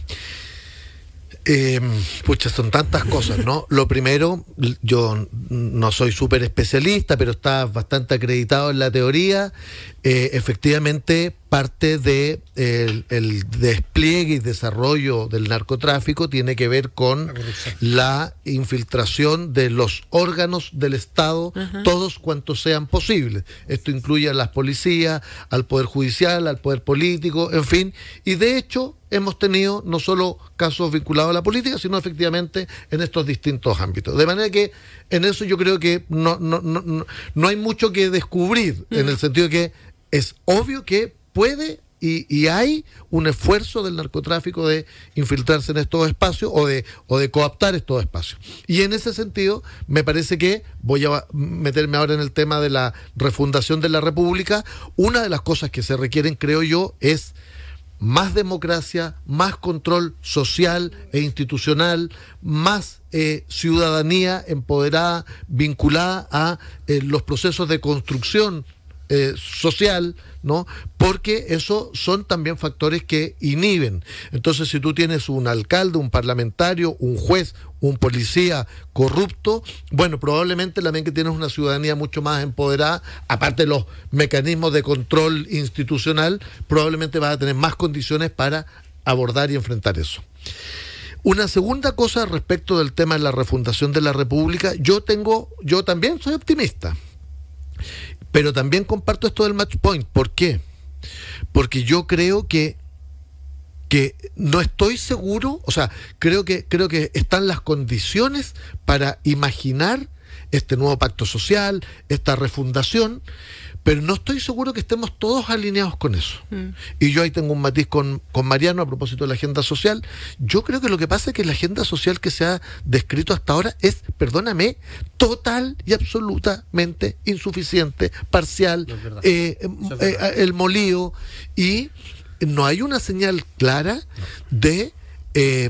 Eh, pucha, son tantas cosas, ¿no? Lo primero, yo no soy súper especialista, pero está bastante acreditado en la teoría. Eh, efectivamente, parte de el, el despliegue y desarrollo del narcotráfico tiene que ver con la infiltración de los órganos del Estado, Ajá. todos cuantos sean posibles. Esto incluye a las policías, al Poder Judicial, al Poder Político, en fin. Y de hecho, hemos tenido no solo casos vinculados a la política, sino efectivamente en estos distintos ámbitos. De manera que en eso yo creo que no, no, no, no, no hay mucho que descubrir, mm. en el sentido de que es obvio que puede y, y hay un esfuerzo del narcotráfico de infiltrarse en estos espacios o de, o de coaptar estos espacios. Y en ese sentido, me parece que, voy a meterme ahora en el tema de la refundación de la República, una de las cosas que se requieren, creo yo, es más democracia, más control social e institucional, más eh, ciudadanía empoderada, vinculada a eh, los procesos de construcción eh, social, ¿no? Porque eso son también factores que inhiben. Entonces, si tú tienes un alcalde, un parlamentario, un juez, un policía corrupto, bueno, probablemente también que tienes una ciudadanía mucho más empoderada, aparte de los mecanismos de control institucional, probablemente vas a tener más condiciones para abordar y enfrentar eso. Una segunda cosa respecto del tema de la refundación de la República, yo tengo, yo también soy optimista. Pero también comparto esto del match point. ¿Por qué? Porque yo creo que, que no estoy seguro, o sea, creo que, creo que están las condiciones para imaginar este nuevo pacto social, esta refundación, pero no estoy seguro que estemos todos alineados con eso. Mm. Y yo ahí tengo un matiz con, con Mariano a propósito de la agenda social. Yo creo que lo que pasa es que la agenda social que se ha descrito hasta ahora es, perdóname, total y absolutamente insuficiente, parcial, No es verdad. eh, Eso es eh, verdad. el molío, y no hay una señal clara de, eh,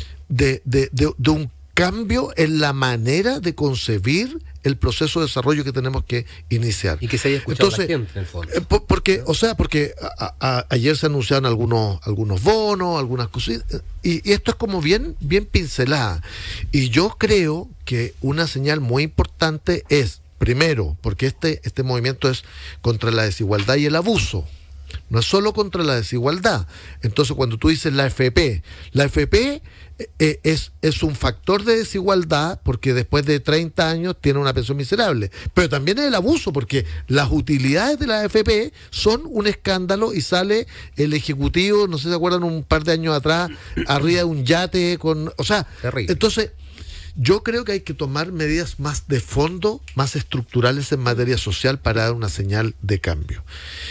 de, de, de, de un cambio en la manera de concebir el proceso de desarrollo que tenemos que iniciar. Y que se haya escuchado Entonces, a la gente, en el fondo. eh, po- porque, o sea, porque a- a- ayer se anunciaron algunos algunos bonos, algunas cositas, y, y esto es como bien bien pincelada. Y yo creo que una señal muy importante es, primero, porque este este movimiento es contra la desigualdad y el abuso. No es solo contra la desigualdad. Entonces, cuando tú dices la F P, la F P eh, es, es un factor de desigualdad porque después de treinta años tiene una pensión miserable. Pero también es el abuso porque las utilidades de la F P son un escándalo y sale el Ejecutivo, no sé si se acuerdan, un par de años atrás, arriba de un yate con... O sea, Terrible. entonces... Yo creo que hay que tomar medidas más de fondo, más estructurales en materia social para dar una señal de cambio.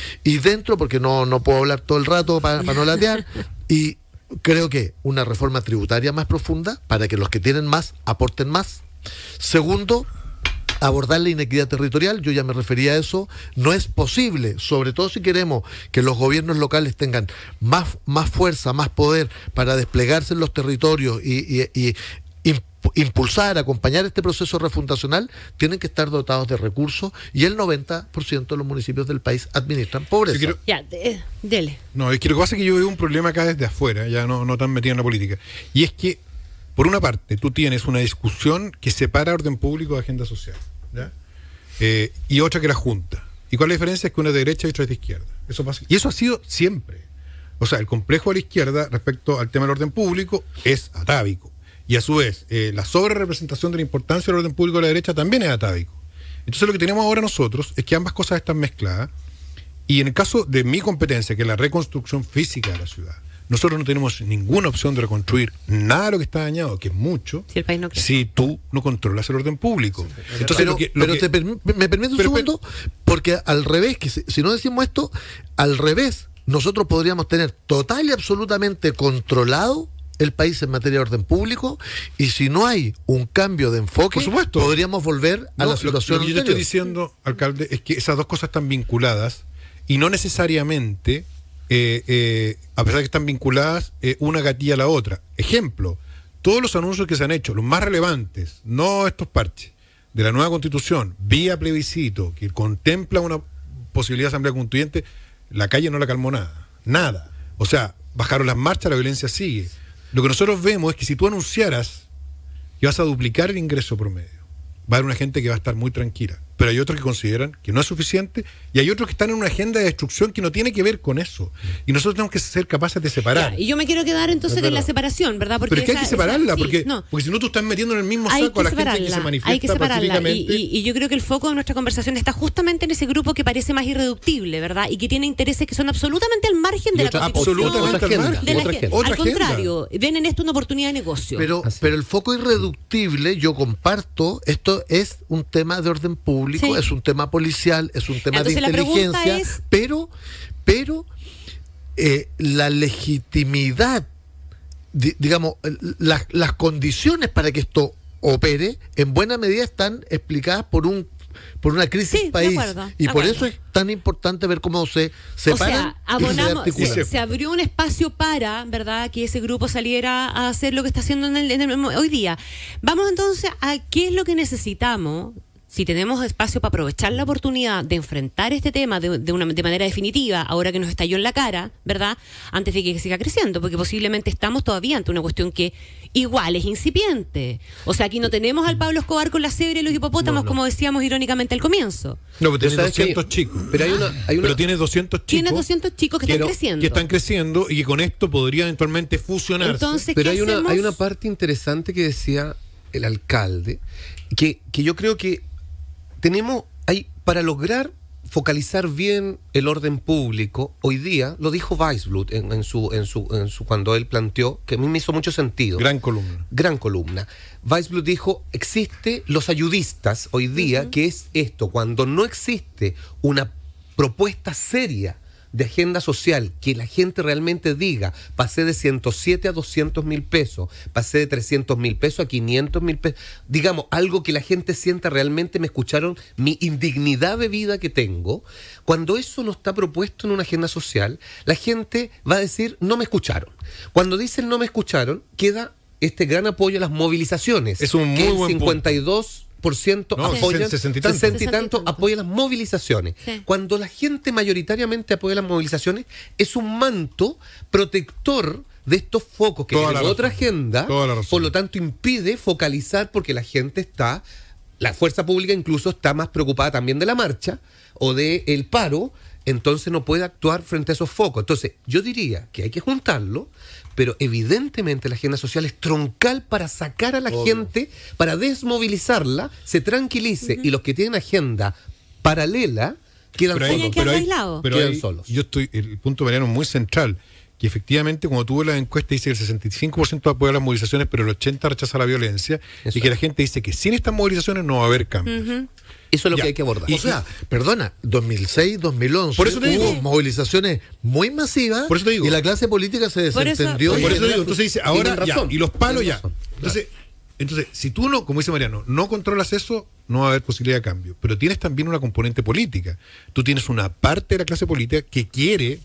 Y dentro, porque no, no puedo hablar todo el rato para, para no latear, y creo que una reforma tributaria más profunda para que los que tienen más aporten más. Segundo, abordar la inequidad territorial, yo ya me refería a eso, no es posible, sobre todo si queremos que los gobiernos locales tengan más, más fuerza, más poder para desplegarse en los territorios y, y, y imp- impulsar, acompañar este proceso refundacional, tienen que estar dotados de recursos y el noventa por ciento de los municipios del país administran pobreza. Yo quiero- Ya, de- dele. No, es que lo que pasa es que yo veo un problema acá desde afuera, ya no, no tan metido en la política. Y es que, por una parte, tú tienes una discusión que separa orden público de agenda social, ¿ya? Eh, y otra que la junta. ¿Y cuál es la diferencia? Es que una es de derecha y otra es de izquierda. Eso pasa. Y eso ha sido siempre. O sea, el complejo de la izquierda respecto al tema del orden público es atávico. Y a su vez, eh, la sobrerepresentación de la importancia del orden público de la derecha también es atávico. Entonces lo que tenemos ahora nosotros es que ambas cosas están mezcladas. Y en el caso de mi competencia, que es la reconstrucción física de la ciudad, nosotros no tenemos ninguna opción de reconstruir nada de lo que está dañado, que es mucho, Si el país no crece. si tú no controlas el orden público. Entonces, pero lo que- lo pero que- te permi- me permite un pero- segundo, porque al revés, que si, si no decimos esto, al revés, nosotros podríamos tener total y absolutamente controlado el país en materia de orden público, y si no hay un cambio de enfoque, Por supuesto. podríamos volver a No, la lo- situación lo que yo te anterior. estoy diciendo, alcalde, es que esas dos cosas están vinculadas y no necesariamente, eh, eh, a pesar de que están vinculadas, eh, una gatilla a la otra. Ejemplo, todos los anuncios que se han hecho, los más relevantes, no estos parches, de la nueva constitución, vía plebiscito, que contempla una posibilidad de asamblea constituyente, la calle no la calmó nada, nada. O sea, bajaron las marchas, la violencia sigue. Lo que nosotros vemos es que si tú anunciaras que vas a duplicar el ingreso promedio, va a haber una gente que va a estar muy tranquila. Pero hay otros que consideran que no es suficiente y hay otros que están en una agenda de destrucción que no tiene que ver con eso. Y nosotros tenemos que ser capaces de separar. Ya, y yo me quiero quedar entonces Es en la verdad. separación, ¿verdad? Porque Pero es que hay esa- que separarla, esa- sí, porque, no. porque si no tú estás metiendo en el mismo Hay saco que a la gente que se separarla, manifiesta hay que separarla. Y, pacíficamente. y- y yo creo que el foco de nuestra conversación está justamente en ese grupo que parece más irreductible, ¿verdad? Y que tiene intereses que son absolutamente al margen de Y la otra- Constitución. absolutamente otra al agenda, margen. de la otra gente. agenda. Otra Al agenda. contrario, ven en esto una oportunidad de negocio. Pero, Así. pero el foco irreductible, yo comparto, esto es un tema de orden público, Sí. es un tema policial, es un tema Entonces, de la pregunta inteligencia, es- pero, pero eh, la legitimidad, di- digamos, las, las condiciones para que esto opere, en buena medida están explicadas por un por una crisis Sí, de país. acuerdo, y de por acuerdo. eso es tan importante ver cómo se O separan sea, y se abonamos, articulan. se, se abrió un espacio para, ¿verdad?, que ese grupo saliera a hacer lo que está haciendo en el, en el- hoy día. Vamos entonces a qué es lo que necesitamos. Si tenemos espacio para aprovechar la oportunidad de enfrentar este tema de, de, una, de manera definitiva, ahora que nos estalló en la cara, ¿verdad?, antes de que siga creciendo, porque posiblemente estamos todavía ante una cuestión que igual es incipiente. O sea, aquí no tenemos al Pablo Escobar con la cebra y los hipopótamos, No, no. como decíamos irónicamente al comienzo. No, pero tiene ¿sabes qué? doscientos chicos. Pero hay una, hay una Pero tiene doscientos chicos. Tiene doscientos chicos que que están no- creciendo. Que están creciendo y que con esto podría eventualmente fusionarse. Entonces, Pero ¿qué hay una, hacemos? hay una parte interesante que decía el alcalde, que, que yo creo que tenemos, hay, para lograr focalizar bien el orden público, hoy día, lo dijo Weisblut en, en su, en su, en su, cuando él planteó, que a mí me hizo mucho sentido. Gran columna. Gran columna. Weisblut dijo, existe los ayudistas hoy día, que es esto, cuando no existe una propuesta seria de agenda social, que la gente realmente diga, pasé de ciento siete a doscientos mil pesos, pasé de trescientos mil pesos a quinientos mil pesos, digamos, algo que la gente sienta realmente, me escucharon mi indignidad de vida que tengo. Cuando eso no está propuesto en una agenda social, la gente va a decir, no me escucharon. Cuando dicen no me escucharon, queda este gran apoyo a las movilizaciones. Es un muy que el buen cincuenta y dos por ciento No, apoyan, sesenta y tanto. sesenta y tanto apoyan las movilizaciones. Sí. Cuando la gente mayoritariamente apoya las movilizaciones, es un manto protector de estos focos que Toda tienen la otra razón. agenda, Toda la razón. por lo tanto impide focalizar porque la gente está, la fuerza pública incluso está más preocupada también de la marcha o del paro, entonces no puede actuar frente a esos focos. Entonces yo diría que hay que juntarlo, pero evidentemente la agenda social es troncal para sacar a la Obvio. gente, para desmovilizarla, se tranquilice, y los que tienen agenda paralela quedan Pero ahí- solos. Tienen que pero ahí- aislados. pero Quedan ahí solos. Yo estoy, el punto Mariano es muy central, que efectivamente cuando tuve la encuesta dice que el sesenta y cinco por ciento apoya las movilizaciones, pero el ochenta por ciento rechaza la violencia, Eso y que es. la gente dice que sin estas movilizaciones no va a haber cambio. Eso es lo Ya. que hay que abordar. Y- O sea, perdona, dos mil seis, dos mil once Por eso te hubo digo. movilizaciones muy masivas Por eso te digo. y la clase política se Por eso- desentendió. Oye, Por eso y- digo, entonces dice, ahora Tienen ya, razón, y los palos tienen ya. razón, Entonces, entonces, si tú no, como dice Mariano, no controlas eso, no va a haber posibilidad de cambio. Pero tienes también una componente política. Tú tienes una parte de la clase política que quiere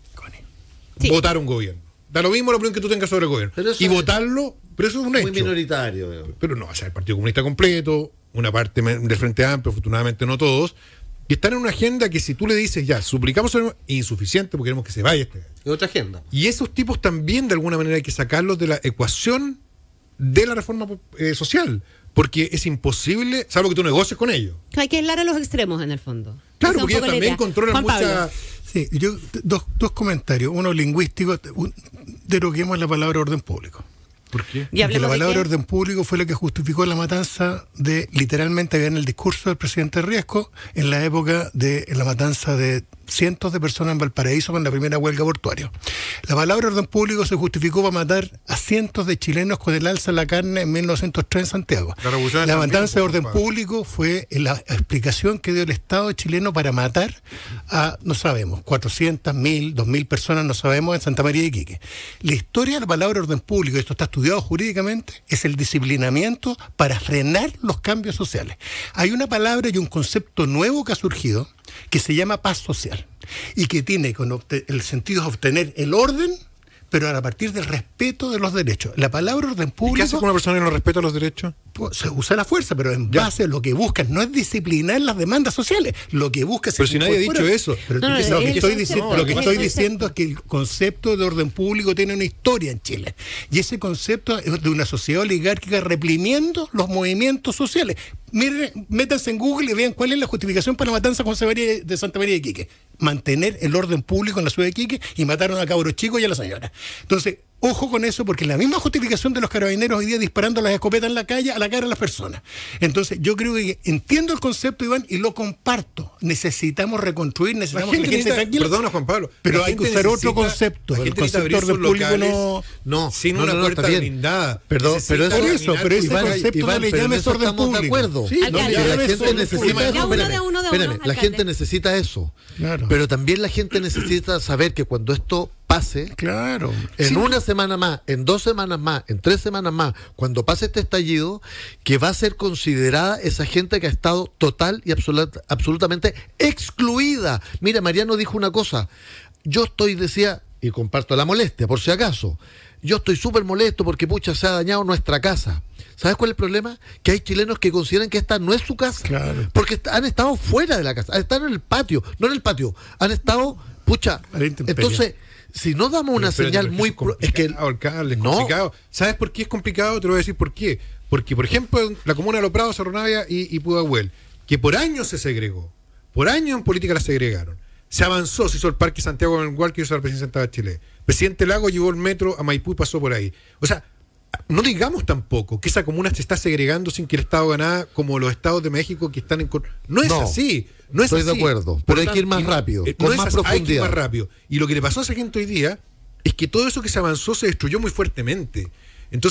Sí. votar un gobierno. Da lo mismo la opinión que tú tengas sobre el gobierno. Pero eso Y es votarlo, pero eso es un muy hecho. minoritario. Pero no, o sea, el Partido Comunista completo, una parte me- del Frente Amplio, afortunadamente no todos, y están en una agenda que si tú le dices ya, suplicamos, es insuficiente porque queremos que se vaya este gallo. Es otra agenda. Y esos tipos también de alguna manera hay que sacarlos de la ecuación de la reforma eh, social, porque es imposible, salvo que tú negocies con ellos. Hay que aislar a los extremos en el fondo. Claro, Esa es un porque ellos poco la también idea. controlan Juan mucha... Pablo. Sí, yo, dos, dos comentarios. Uno lingüístico, un- deroguemos la palabra orden público. ¿Por qué? Y Porque la hablemos de palabra qué. orden público fue lo que justificó la matanza de, literalmente, había en el discurso del presidente Riesco, en la época de la matanza de cientos de personas en Valparaíso con la primera huelga portuaria. La palabra orden público se justificó para matar a cientos de chilenos con el alza de la carne en mil novecientos tres en Santiago. La revolución La también matanza de fue orden culpable. público fue la explicación que dio el Estado chileno para matar a, no sabemos, cuatrocientas, mil, dos mil personas, no sabemos, en Santa María de Iquique. La historia de la palabra orden público, esto está estudiado jurídicamente, es el disciplinamiento para frenar los cambios sociales. Hay una palabra y un concepto nuevo que ha surgido que se llama paz social y que tiene con obte- el sentido de obtener el orden, pero a partir del respeto de los derechos. La palabra orden ¿Y qué público hace con una persona que no respeta los derechos? pues, se usa la fuerza, pero en Ya. base a lo que buscan no es disciplinar las demandas sociales. Lo que busca es Pero si nadie ha incorporar- dicho eso. Pero No, no, lo es que el estoy concepto. diciendo, lo que Es el estoy concepto. diciendo es que el concepto de orden público tiene una historia en Chile. Y ese concepto es de una sociedad oligárquica reprimiendo los movimientos sociales. Miren, métanse en Google y vean cuál es la justificación para la matanza con Santa María- de Santa María de Iquique. Mantener el orden público en la ciudad de Iquique y mataron a cabros chicos y a la señora. Entonces, ojo con eso, porque la misma justificación de los carabineros hoy día disparando las escopetas en la calle a la cara de las personas. Entonces, yo creo que entiendo el concepto, Iván, y lo comparto. Necesitamos reconstruir, La necesitamos gente que la gente necesita, tranquila. perdona Juan Pablo, Pero la hay que gente usar otro necesita- concepto. la El gente concepto necesita de abrir orden sus público locales no... No, sin no, una no, no, puerta está bien. blindada. Perdón, Necesita pero eso- Por eso, pero ese caminar- concepto Iván, no le pero en llames eso orden estamos de público. acuerdo. Sí, Alcalde. no le Que la llames gente orden necesita público. Ya eso. uno de Espérame, uno de espérame, uno, la alcalde. gente necesita eso. Claro. Pero también la gente necesita saber que cuando esto pase, Claro. en Sí. una semana más, en dos semanas más, en tres semanas más, cuando pase este estallido, que va a ser considerada esa gente que ha estado total y absolut- absolutamente excluida. Mira, Mariano dijo una cosa. Yo estoy, decía, y comparto la molestia, por si acaso, yo estoy súper molesto porque, pucha, se ha dañado nuestra casa. ¿Sabes cuál es el problema? Que hay chilenos que consideran que esta no es su casa. Claro. Porque est- han estado fuera de la casa, han estado en el patio, no en el patio, han estado, pucha, A la intemperie. entonces, si no damos una Pero espérate, señal pero muy... es pro- es que complicado, alcalde, es no. complicado. ¿Sabes por qué es complicado? Te lo voy a decir por qué. Porque, por ejemplo, en la comuna de Los Prados, Cerro Navia y, y Pudahuel, que por años se segregó, por años en política la segregaron. Se avanzó, se hizo el Parque Santiago en el igual que hizo la presidencia de Chile. Presidente Lago llevó el metro a Maipú y pasó por ahí. O sea, no digamos tampoco que esa comuna se está segregando sin que el Estado haga nada, como los estados de México que están en... con- No es No, así. No es estoy de así. acuerdo, Por pero hay tanto, que ir más y no- rápido, eh, con no es más así, hay que ir profundidad. más rápido. Y lo que le pasó a esa gente hoy día es que todo eso que se avanzó se destruyó muy fuertemente. Entonces,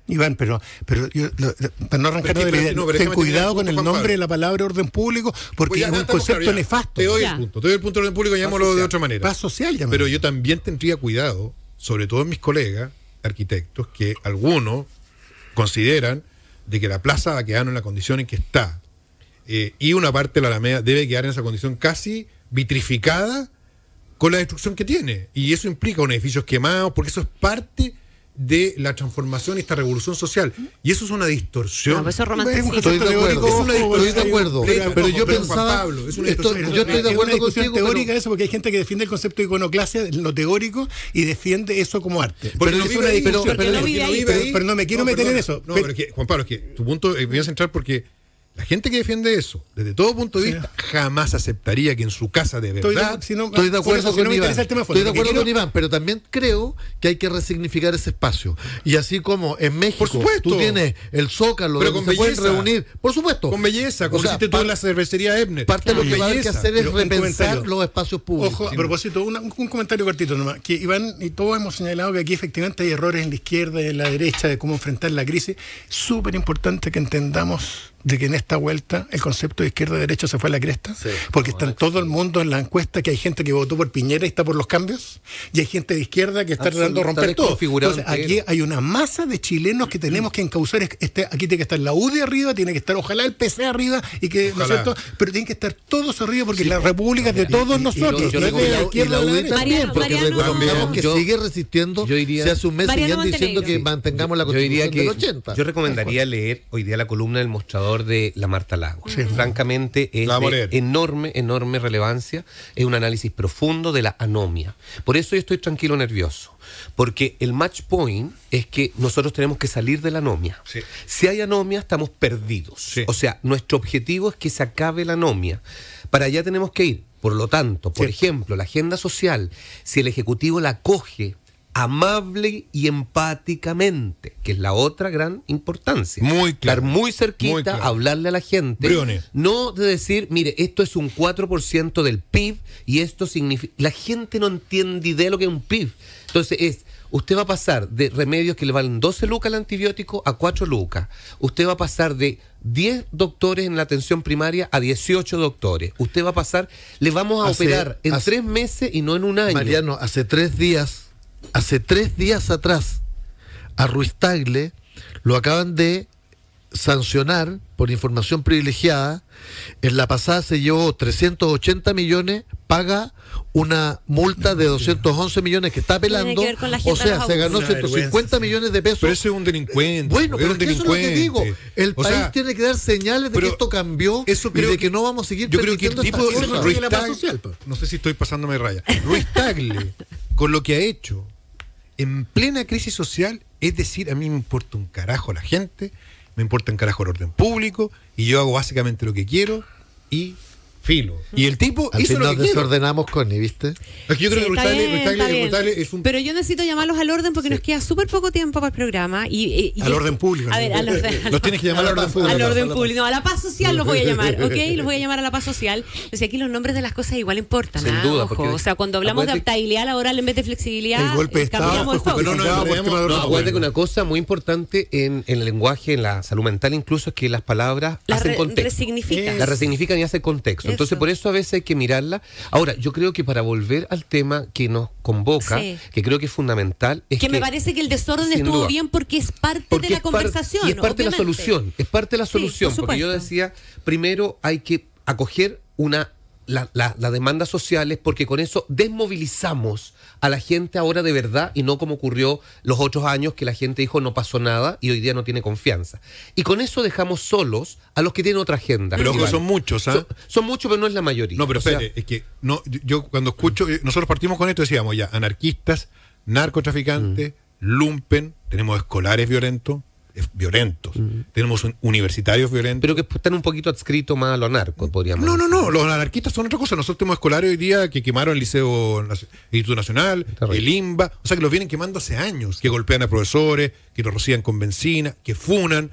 Iván, pero, pero yo, lo, para no arrancar Pero es que- de la idea, no, pero ten déjame cuidado terminar con el el punto, Juan nombre de Pablo. la palabra orden público, porque Pues ya, es ya un estamos concepto claros, ya. nefasto. Te doy Ya. el punto, te doy el punto del orden público, llamémoslo de social. otra manera. Paz social, llámalo. Pero yo también tendría cuidado, sobre todo en mis colegas arquitectos, que algunos consideran de que la plaza va a quedar en la condición en que está. Eh, y una parte de la Alameda debe quedar en esa condición casi vitrificada con la destrucción que tiene. Y eso implica unos edificios quemados, porque eso es parte de la transformación y esta revolución social. Y eso es una distorsión. No, pues eso es Es un romanticismo. Estoy de teórico, acuerdo, ojo, estoy de pero- acuerdo, pero- pero yo pero, Juan pensaba, Pablo, es una esto- distorsión. yo estoy de Es una acuerdo discusión contigo, teórica pero- eso, porque hay gente que defiende el concepto de iconoclasia, lo teórico, y defiende eso como arte. Porque Pero no es vive una ahí, discusión. Porque pero- no vive porque ahí. Pero- pero no me quiero meter en perdona. eso. No, Pero- pero es que, Juan Pablo, es que tu punto, eh, voy a centrar porque la gente que defiende eso, desde todo punto de Sí. vista, jamás aceptaría que en su casa de Estoy de- verdad... si no- Estoy de por acuerdo eso, si con no me Iván. interesa el tema de fondo. Estoy de Lo que acuerdo quiero- con Iván, pero también creo que hay que resignificar ese espacio. Y así como en México Por supuesto. tú tienes el Zócalo, Pero donde con se pueden belleza. reunir, por supuesto. Con belleza, como O sea, hiciste tú en par- la cervecería Ebner. Parte de lo Con que va a haber que belleza. hacer es Pero un repensar comentario. los espacios públicos. Ojo, a propósito, una- un, un comentario cortito nomás, que Iván y todos hemos señalado que aquí efectivamente hay errores en la izquierda y en la derecha de cómo enfrentar la crisis. Súper importante que entendamos de que en esta vuelta el concepto de izquierda-derecha se fue a la cresta, Sí. porque está en todo el mundo en la encuesta que hay gente que votó por Piñera y está por los cambios, y hay gente de izquierda que está tratando de romper Absolutamente todo. configurado Entonces, aquí entero. hay una masa de chilenos que tenemos que encauzar. Este, aquí tiene que estar la U D I arriba, tiene que estar ojalá el P C arriba, y que, ¿no es Ojalá. cierto? Pero tienen que estar todos arriba porque la república es de todos Y- y- y nosotros, lo- yo no le es de la digo- izquierda y la o de la U D I derecha. también, Mariano, porque Mariano- recordemos que Yo- sigue resistiendo. yo diría- se hace un mes Mariano seguían diciendo Montenegro. que mantengamos la Yo diría constitución que del ochenta. yo recomendaría leer hoy día la columna del mostrador de la Marta Lagos. Francamente es La vamos a de leer. enorme, enorme relevancia. Es un análisis profundo de la anomia. Por eso yo estoy tranquilo, nervioso. Porque el match point es que nosotros tenemos que salir de la anomia. Sí. Si hay anomia, estamos perdidos. Sí. O sea, nuestro objetivo es que se acabe la anomia. Para allá tenemos que ir. Por lo tanto, por Sí. ejemplo, la agenda social, si el Ejecutivo la acoge amable y empáticamente, que es la otra gran importancia. Muy claro. Estar muy cerquita, Muy claro. hablarle a la gente. Briones. No de decir, mire, esto es un cuatro por ciento del P I B y esto significa... La gente no entiende idea de lo que es un P I B. Entonces es, usted va a pasar de remedios que le valen doce lucas al antibiótico a cuatro lucas. Usted va a pasar de diez doctores en la atención primaria a dieciocho doctores. Usted va a pasar, le vamos a Hace- operar en hace- tres meses y no en un año. Mariano, hace tres días, hace tres días atrás, a Ruiz Tagle lo acaban de sancionar por información privilegiada. En la pasada se llevó trescientos ochenta millones, paga una multa de doscientos once millones que está Tiene apelando. que ver con la O agenda de sea, los se ganó abusos. Una ciento cincuenta vergüenza, millones de pesos. Pero ese es un delincuente. Bueno, es pero un es que eso es lo que delincuente. digo. El O país sea, tiene que dar señales de pero que esto cambió eso y creo de que que- no vamos a seguir Yo creo que el permitiendo tipo estas cosas. Ruiz la paz Tagle- social, pues. no sé si estoy pasándome de raya. Ruiz Tagle, con lo que ha hecho en plena crisis social, es decir, a mí me importa un carajo la gente, me importa un carajo el orden público, y yo hago básicamente lo que quiero y filo. Y el tipo Al hizo fin lo nos que quiero. desordenamos, Connie, ¿viste? Es que yo creo Sí, que Ruiz está Tagle- bien, Ruiz Tagle- está Ruiz bien. Tagle es un... Pero yo necesito llamarlos al orden porque nos queda súper poco tiempo para el programa. Y, y- y Al esto- orden público, A ¿no? ver, al orden, Los tienes que llamar al orden público. Al orden a la público. No, a la paz social los voy a llamar, ¿ok? Los voy a llamar a la paz social. O sea, aquí los nombres de las cosas igual importan, Sin ¿ah? duda, Ojo. porque- O sea, cuando hablamos de acuérdate- adaptabilidad laboral en vez de flexibilidad, El golpe de eh, Estado cambiamos el fue foco. No, no, justificado por enredemos- tema de no, orden Acuérdate que público. una cosa muy importante en, en el lenguaje, en la salud mental incluso, es que las palabras Las hacen re- contexto. resignifican. La resignifican y hacen contexto. Entonces, Eso. por eso a veces hay que mirarla. Ahora, yo creo que para volver al tema que nos convoca, Sí. que creo que es fundamental, es Que que... me parece que el desorden sin estuvo duda. bien porque es parte Porque de la es par- conversación. y es parte de la obviamente. solución. Es parte de la Sí, solución. por porque yo supuesto. decía, primero hay que acoger una la, la, las demandas sociales, porque con eso desmovilizamos a la gente ahora de verdad y no como ocurrió los otros años que la gente dijo no pasó nada y hoy día no tiene confianza. Y con eso dejamos solos a los que tienen otra agenda. Pero ojo, Iván. son muchos, ¿ah? Son, son muchos, pero no es la mayoría. No, pero O sea, espere, es que no, yo- yo cuando escucho, eh, nosotros partimos con esto, decíamos ya, anarquistas, narcotraficantes, lumpen, tenemos escolares violentos, eh, violentos, tenemos un- universitarios violentos. pero que están un poquito adscritos más a lo narco, podríamos No, no, decir. no, los anarquistas son otra cosa. Nosotros tenemos escolares hoy día que quemaron el Liceo Nacio- el Instituto Nacional, Terrible. el IMBA, o sea que los vienen quemando hace años, que golpean a profesores, que los rocían con benzina, que funan.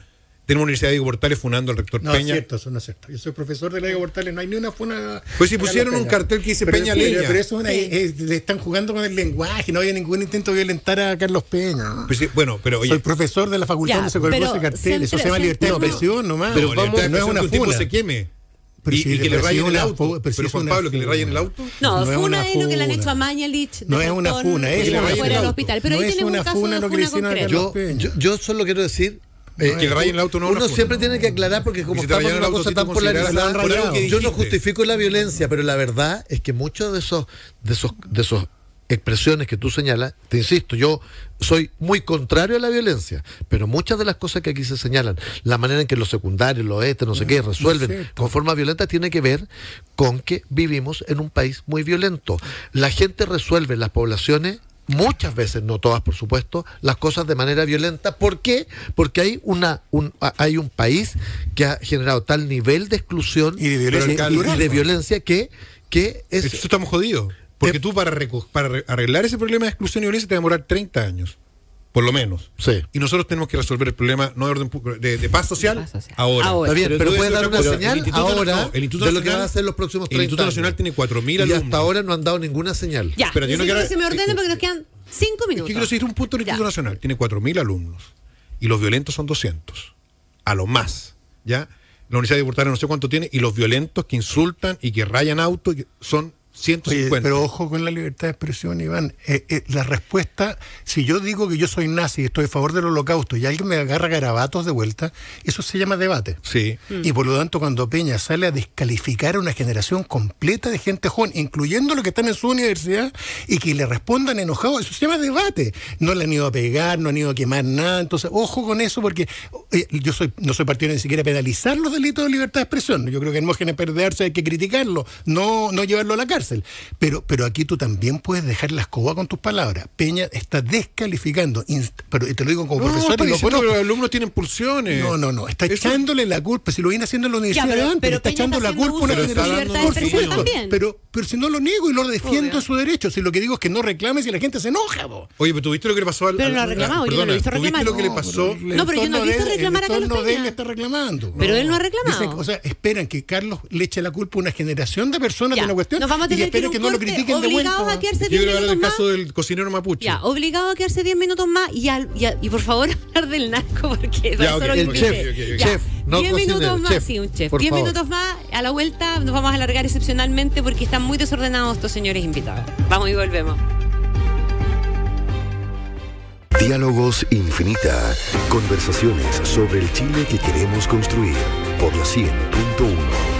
Tenemos una universidad de Diego Portales funando al rector No, Peña. es cierto, eso no es cierto. Yo soy profesor de la Diego Portales, no hay ni una funa. Pues si pusieron un Peña. cartel que dice pero, Peña pero, Leña. Pero eso es una, es- le están jugando con el lenguaje, no había ningún intento de violentar a Carlos Peña. Pues sí, bueno, pero oye, Soy profesor de la facultad Ya, donde se colgó pero ese cartel, eso se llama centre- libertad de centre- expresión nomás. pero no vamos, es una que un tipo funa. se queme. Pero y, si y que le le rayen el una auto. fu- pero Pero, si es Juan una Pablo, que le rayen el funa. auto. No, No es funa una es lo que le han funa. hecho a Mañalich de No es una Pontón, funa, que es está una- fuera del no hospital. Pero es ahí tenemos una un caso funa de lo que funa le hicieron a concreta. Carlos Yo, Peña. yo, yo solo quiero decir. eh, Que rayen el auto no es uno una siempre funa. tiene que aclarar porque como Y si te estamos en rayan una el auto, cosa si tan tú consideras polarizada, por algo que yo no dijiste. justifico la violencia, pero la verdad es que muchos de esos, de esos, de esos expresiones que tú señalas, te insisto, yo soy muy contrario a la violencia, pero muchas de las cosas que aquí se señalan, la manera en que los secundarios, los este, no sé qué, resuelven cierto. con forma violenta, tiene que ver con que vivimos en un país muy violento. La gente resuelve, las poblaciones, muchas veces, no todas por supuesto, las cosas de manera violenta. ¿Por qué? Porque hay una un, hay un país que ha generado tal nivel de exclusión Y de violencia y- y cultural, de ¿no? violencia que, que es... Eso estamos jodidos. Porque Eh, tú para, reco- para re- arreglar ese problema de exclusión y violencia te va a demorar treinta años. Por lo menos. Sí. Y nosotros tenemos que resolver el problema no de orden pu- de, de paz social, Paz social. ahora. Ahora. Está bien, pero, tú puede decías dar otra una cosa, el señal Instituto ahora no, el Instituto de lo que Nacional- van a hacer los próximos El treinta Instituto Nacional años. tiene cuatro mil Y alumnos. hasta ahora no han dado ninguna señal. Ya, Espera, yo no necesito quiero- que se me ordene porque nos quedan cinco Es minutos. que quiero decir un punto del Ya. Instituto Nacional. Tiene cuatro mil alumnos. Y los violentos son doscientos. A lo más. ¿Ya? La Universidad de Portales no sé cuánto tiene. Y los violentos que insultan y que rayan autos son ciento Oye, cincuenta. pero ojo con la libertad de expresión, Iván. Eh, eh, la respuesta, si yo digo que yo soy nazi y estoy a favor del holocausto y alguien me agarra garabatos de vuelta, eso se llama debate. Sí. Y por lo tanto, cuando Peña sale a descalificar a una generación completa de gente joven, incluyendo los que están en su universidad, y que le respondan enojados, eso se llama debate. No le han ido a pegar, no han ido a quemar nada. Entonces, ojo con eso, porque eh, yo soy no soy partidario ni siquiera de penalizar los delitos de libertad de expresión. Yo creo que Hermógenes Perderse hay que criticarlo, no, no llevarlo a la cárcel. Pero, pero aquí tú también puedes dejar la escoba con tus palabras. Peña está descalificando, inst- pero te lo digo como No, profesor está y lo diciendo que conozco. los alumnos tienen pulsiones. No, no, no. Está Eso- echándole la culpa. Si lo viene haciendo en la universidad pero- antes, pero le está Peña echando está la haciendo culpa a una uso de su generación. libertad de Por expresión supuesto. también. Pero, pero si no lo niego y lo defiendo Obvio. en su derecho, si lo que digo es que no reclames y la gente se enoja, vos. Oye, pero tuviste lo que le pasó al. Pero al- lo ha al- reclamado, yo no lo he perdona, visto reclamar. ¿Tuviste lo que le No, pasó? el No, pero yo no he entorno visto de él- reclamar a el Carlos entorno de él Peña. está reclamando. Pero él no ha reclamado. Dicen- o sea, esperan que Carlos le eche la culpa a una generación de personas Ya, de una cuestión nos vamos a y que tener que ir esperen a que un no lo corte, critiquen de obligados vuelta. a quedarse Yo diez quiero hablar del minutos caso más. del cocinero mapuche. Ya, obligado a quedarse diez minutos más y, al- y, a- y por favor hablar del narco porque Ya, eso ok, lo ok, invité. ok, ok, ok. Ya, Chef, no diez cocinero, minutos más, chef, sí, un chef. por diez favor. minutos más, a la vuelta nos vamos a alargar excepcionalmente porque están muy desordenados estos señores invitados. Vamos y volvemos. Diálogos Infinita. Conversaciones sobre el Chile que queremos construir. Por la cien punto uno.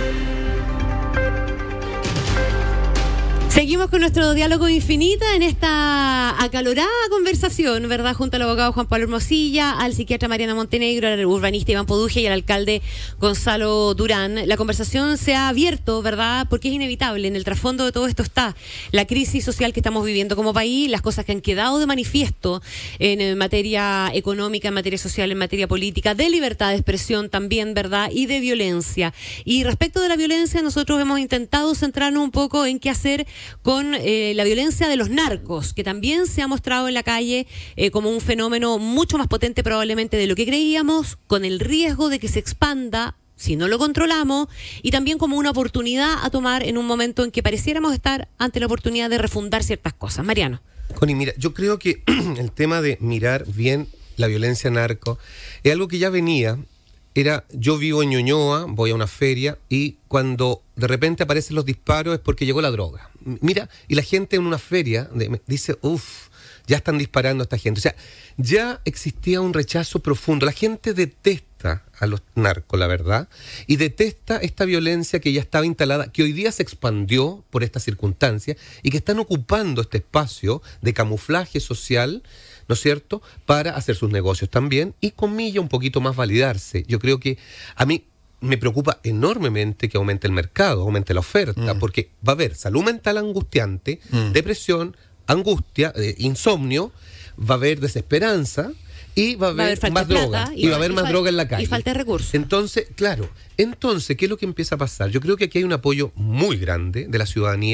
Seguimos con nuestro diálogo infinita en esta acalorada conversación, ¿verdad? Junto al abogado Juan Pablo Hermosilla, al psiquiatra Mariana Montenegro, al urbanista Iván Poduje y al alcalde Gonzalo Durán. La conversación se ha abierto, ¿verdad? Porque es inevitable. En el trasfondo de todo esto está la crisis social que estamos viviendo como país, las cosas que han quedado de manifiesto en materia económica, en materia social, en materia política, de libertad de expresión también, ¿verdad? Y de violencia. Y respecto de la violencia, nosotros hemos intentado centrarnos un poco en qué hacer con eh, la violencia de los narcos, que también se ha mostrado en la calle eh, como un fenómeno mucho más potente probablemente de lo que creíamos, con el riesgo de que se expanda si no lo controlamos, y también como una oportunidad a tomar en un momento en que pareciéramos estar ante la oportunidad de refundar ciertas cosas. Mariano. Connie, mira, yo creo que el tema de mirar bien la violencia narco es algo que ya venía. Era, yo vivo en Ñuñoa, voy a una feria y cuando de repente aparecen los disparos es porque llegó la droga. M- Mira, y la gente en una feria de- me dice, uff, ya están disparando a esta gente. O sea, ya existía un rechazo profundo. La gente detesta a los narcos, la verdad, y detesta esta violencia que ya estaba instalada, que hoy día se expandió por esta circunstancia y que están ocupando este espacio de camuflaje social, ¿no es cierto?, para hacer sus negocios también y, comilla, un poquito más validarse. Yo creo que a mí me preocupa enormemente que aumente el mercado, aumente la oferta, Mm. porque va a haber salud mental angustiante, Mm. depresión, angustia, eh, insomnio, va a haber desesperanza y va a haber, falta más de plata droga. y Y va a fa- haber y más fal- droga en la calle. y falta de recursos. Entonces, claro, entonces, ¿qué es lo que empieza a pasar? Yo creo que aquí hay un apoyo muy grande de la ciudadanía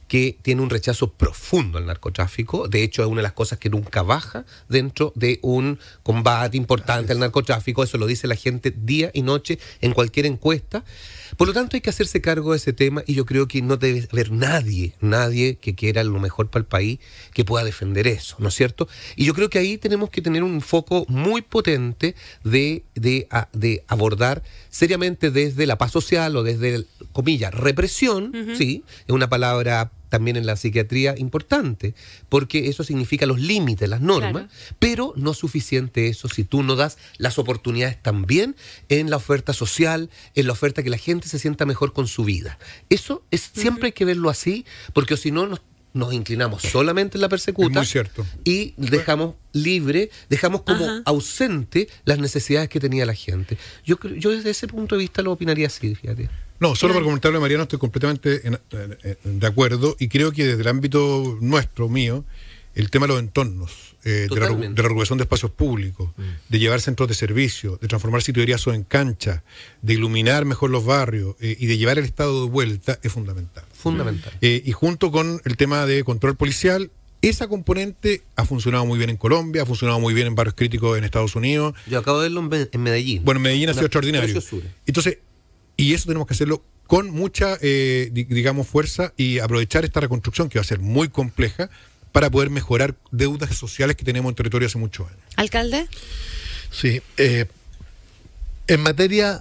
que tiene un rechazo profundo al narcotráfico. De hecho, es una de las cosas que nunca baja dentro de un combate importante al narcotráfico. Eso lo dice la gente día y noche en cualquier encuesta. Por lo tanto, hay que hacerse cargo de ese tema y yo creo que no debe haber nadie, nadie que quiera lo mejor para el país que pueda defender eso, ¿no es cierto? Y yo creo que ahí tenemos que tener un foco muy potente de, de, de abordar seriamente desde la paz social o desde, comillas, represión, uh-huh. sí, es una palabra también en la psiquiatría importante, porque eso significa los límites, las normas, claro. pero no es suficiente eso si tú no das las oportunidades también en la oferta social, en la oferta que la gente se sienta mejor con su vida. Eso es uh-huh. siempre hay que verlo así, porque si no nos nos inclinamos solamente en la persecuta y dejamos libre, dejamos como Ajá. ausente las necesidades que tenía la gente. Yo yo desde ese punto de vista lo opinaría así, fíjate. No, solo para comentarle a Mariano, estoy completamente en, en, en, de acuerdo y creo que desde el ámbito nuestro, mío, el tema de los entornos, eh, de, la, de la regulación de espacios públicos, mm. de llevar centros de servicio, de transformar sitios en cancha, de iluminar mejor los barrios eh, y de llevar el Estado de vuelta es fundamental. Fundamental. Eh, y junto con el tema de control policial, esa componente ha funcionado muy bien en Colombia, ha funcionado muy bien en barrios críticos en Estados Unidos. Yo acabo de verlo en Medellín. Bueno, en Medellín ha sido extraordinario. Preciosura. Entonces, y eso tenemos que hacerlo con mucha, eh, digamos, fuerza y aprovechar esta reconstrucción que va a ser muy compleja para poder mejorar deudas sociales que tenemos en territorio hace muchos años. ¿Alcalde? Sí. Eh, en materia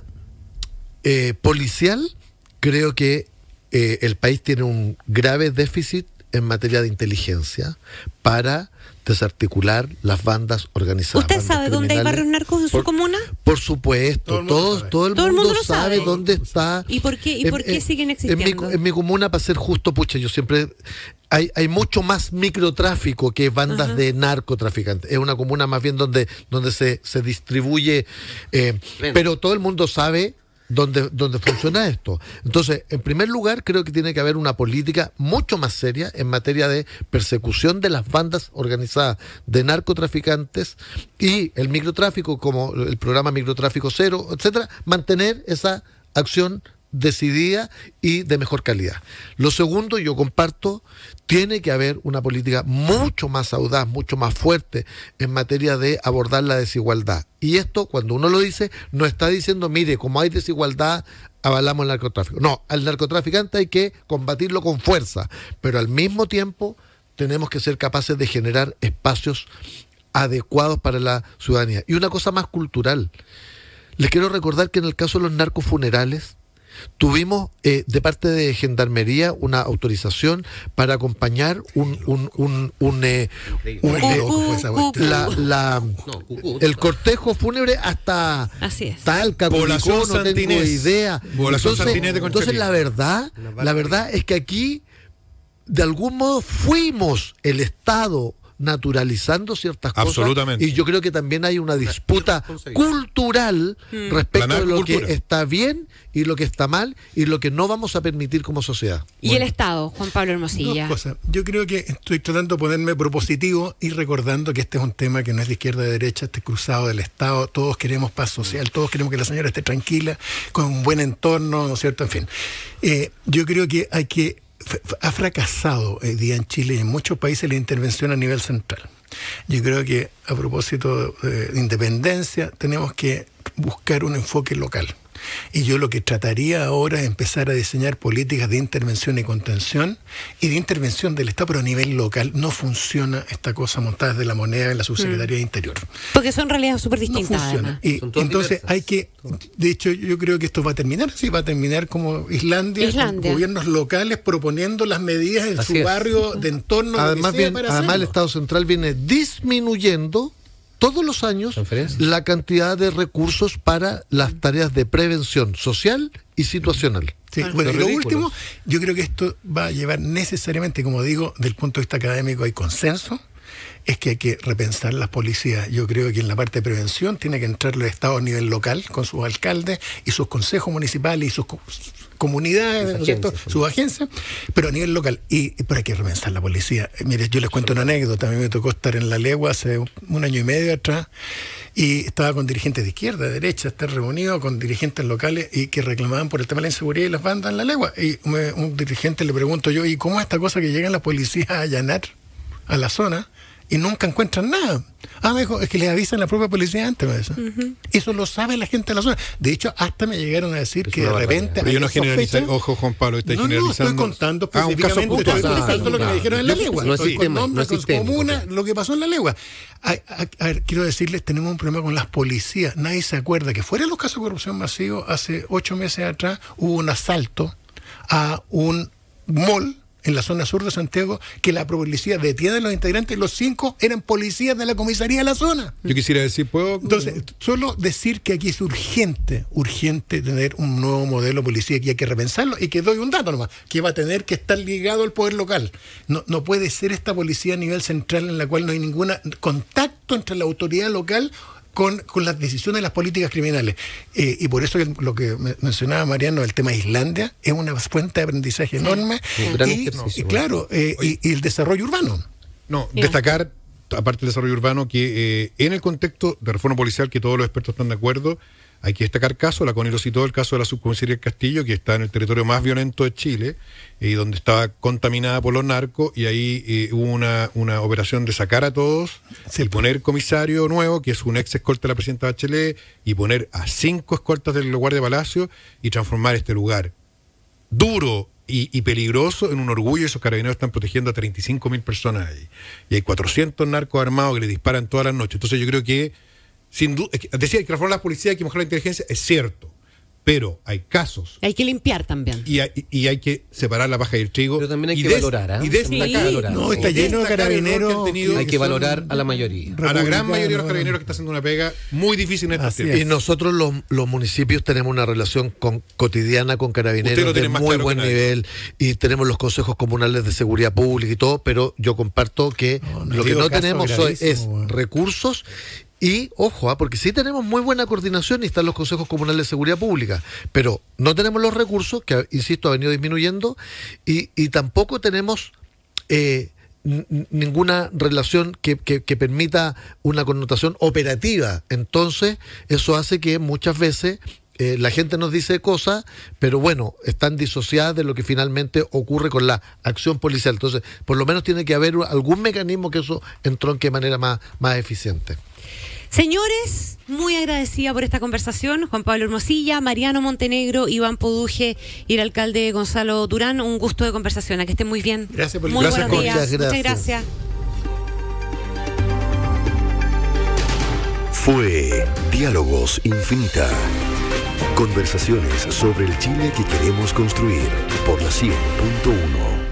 eh, policial, creo que eh, el país tiene un grave déficit en materia de inteligencia para desarticular las bandas organizadas. ¿Usted sabe dónde hay barrios narcos en su por, comuna? Por supuesto, todo, todo, todo el todo mundo, mundo sabe, sabe dónde está. ¿Y por qué, y por en, qué siguen existiendo? En mi, en mi comuna, para ser justo, pucha, yo siempre... Hay, hay mucho más microtráfico que bandas uh-huh. de narcotraficantes. Es una comuna más bien donde, donde se, se distribuye, eh, pero todo el mundo sabe dónde, dónde funciona esto. Entonces, en primer lugar, creo que tiene que haber una política mucho más seria en materia de persecución de las bandas organizadas de narcotraficantes y el microtráfico, como el programa Microtráfico Cero, etcétera, mantener esa acción decidida y de mejor calidad. Lo segundo, yo comparto, tiene que haber una política mucho más audaz, mucho más fuerte en materia de abordar la desigualdad. Y esto, cuando uno lo dice, no está diciendo, mire, como hay desigualdad, avalamos el narcotráfico. No, al narcotraficante hay que combatirlo con fuerza, pero al mismo tiempo tenemos que ser capaces de generar espacios adecuados para la ciudadanía. Y una cosa más cultural. Les quiero recordar que en el caso de los narcofunerales, tuvimos eh, de parte de Gendarmería una autorización para acompañar un, un, un, un, eh, un eh, la, la, el cortejo fúnebre hasta Talca, Curicó, no tengo idea. Entonces, entonces la verdad, la verdad es que aquí de algún modo fuimos el Estado naturalizando ciertas cosas y yo creo que también hay una disputa cultural mm. respecto de lo que está bien y lo que está mal y lo que no vamos a permitir como sociedad. ¿Y bueno, el Estado, Juan Pablo Hermosilla? Dos cosas. Yo creo que estoy tratando de ponerme propositivo y recordando que este es un tema que no es de izquierda a derecha, este cruzado del Estado, todos queremos paz social, todos queremos que la señora esté tranquila, con un buen entorno, ¿no es cierto? En fin, eh, yo creo que hay que ha fracasado hoy día en Chile y en muchos países la intervención a nivel central. Yo creo que a propósito de independencia tenemos que buscar un enfoque local. Y yo lo que trataría ahora es empezar a diseñar políticas de intervención y contención y de intervención del Estado, pero a nivel local. No funciona esta cosa montada desde la moneda en la Subsecretaría mm. de Interior. Porque son realidades súper distintas. No funciona. Y entonces diversas. hay que, de hecho yo creo que esto va a terminar, sí, va a terminar como Islandia, Islandia. gobiernos locales proponiendo las medidas en Así su es. barrio de entorno. Además, bien, para además hacerlo. el Estado central viene disminuyendo todos los años la cantidad de recursos para las tareas de prevención social y situacional. Sí, bueno, bueno y lo último, yo creo que esto va a llevar necesariamente, como digo, del punto de vista académico hay consenso, es que hay que repensar las policías. Yo creo que en la parte de prevención tiene que entrar el Estado a nivel local, con sus alcaldes y sus consejos municipales y sus comunidades, ¿no es cierto? agencias, Sus agencias, pero a nivel local. Y, y pero hay que repensar la policía. Mire, yo les cuento una anécdota. A mí me tocó estar en La Legua hace un año y medio atrás y estaba con dirigentes de izquierda, de derecha, estar reunido con dirigentes locales y que reclamaban por el tema de la inseguridad y las bandas en La Legua. Y me, un dirigente le pregunto yo, ¿y cómo es esta cosa que llegan las policías a allanar a la zona y nunca encuentran nada? Ah, me dijo, es que les avisan la propia policía antes. Me dice. Uh-huh. Eso lo sabe la gente de la zona. De hecho, hasta me llegaron a decir es que de repente... Pero yo no generalizo, ojo Juan Pablo, estoy no, generalizando. No, estoy contando ah, específicamente, un caso estoy punto, contando lo que me dijeron en La Legua. No es Estoy sistema, con nombres, no es con sistémico, comunas, pero... lo que pasó en La Legua. A, a, a ver, quiero decirles, tenemos un problema con las policías. Nadie se acuerda que fuera de los casos de corrupción masivos, hace ocho meses atrás hubo un asalto a un mall en la zona sur de Santiago, que la policía detiene a los integrantes, los cinco eran policías de la comisaría de la zona. Yo quisiera decir, ¿puedo? Entonces, solo decir que aquí es urgente, urgente tener un nuevo modelo de policía, que hay que repensarlo, y que doy un dato nomás, que va a tener que estar ligado al poder local. No, no puede ser esta policía a nivel central en la cual no hay ningún contacto entre la autoridad local Con, con las decisiones de las políticas criminales. Eh, y por eso que lo que mencionaba Mariano, el tema de Islandia, es una fuente de aprendizaje enorme. Sí, un gran y, ejercicio, y claro, eh, y, y el desarrollo urbano. No, destacar, aparte del desarrollo urbano, que eh, en el contexto de reforma policial, que todos los expertos están de acuerdo, hay que destacar casos, la Connie lo citó, el caso de la subcomisaría del Castillo, que está en el territorio más violento de Chile, y eh, donde estaba contaminada por los narcos, y ahí eh, hubo una, una operación de sacar a todos, sí, y poner comisario nuevo, que es un ex escolta de la presidenta Bachelet, y poner a cinco escoltas del Guardia Palacio, y transformar este lugar duro y, y peligroso en un orgullo. Esos carabineros están protegiendo a treinta y cinco mil personas ahí, y hay cuatrocientos narcos armados que le disparan todas las noches. Entonces yo creo que sin duda, decía que reformar la policía, hay que mejorar la inteligencia, es cierto, pero hay casos. Hay que limpiar también. Y hay, y hay que separar la paja y el trigo. Pero también hay y que des, valorar, ¿eh? Y destacar. Sí. No, está lleno de carabineros. Hay que valorar a la mayoría. A la gran mayoría de los carabineros que está haciendo una pega muy difícil en este tiempo. Y nosotros los, los municipios tenemos una relación con, cotidiana con carabineros de muy claro buen nivel, y tenemos los consejos comunales de seguridad pública y todo, pero yo comparto que no, no lo que no tenemos hoy es bueno. recursos. Y, ojo, ¿eh? porque sí tenemos muy buena coordinación y están los consejos comunales de seguridad pública, pero no tenemos los recursos, que, insisto, ha venido disminuyendo, y, y tampoco tenemos eh, n- ninguna relación que, que, que permita una connotación operativa. Entonces, eso hace que muchas veces eh, la gente nos dice cosas, pero bueno, están disociadas de lo que finalmente ocurre con la acción policial. Entonces, por lo menos tiene que haber algún mecanismo que eso entronque de manera más, más eficiente. Señores, muy agradecida por esta conversación. Juan Pablo Hermosilla, Mariano Montenegro, Iván Poduje y el alcalde Gonzalo Durán. Un gusto de conversación. A que estén muy bien. Gracias por Muy gracias, buenos días. Muchas gracias. Muchas gracias. Fue Diálogos Infinita. Conversaciones sobre el Chile que queremos construir por la cien punto uno.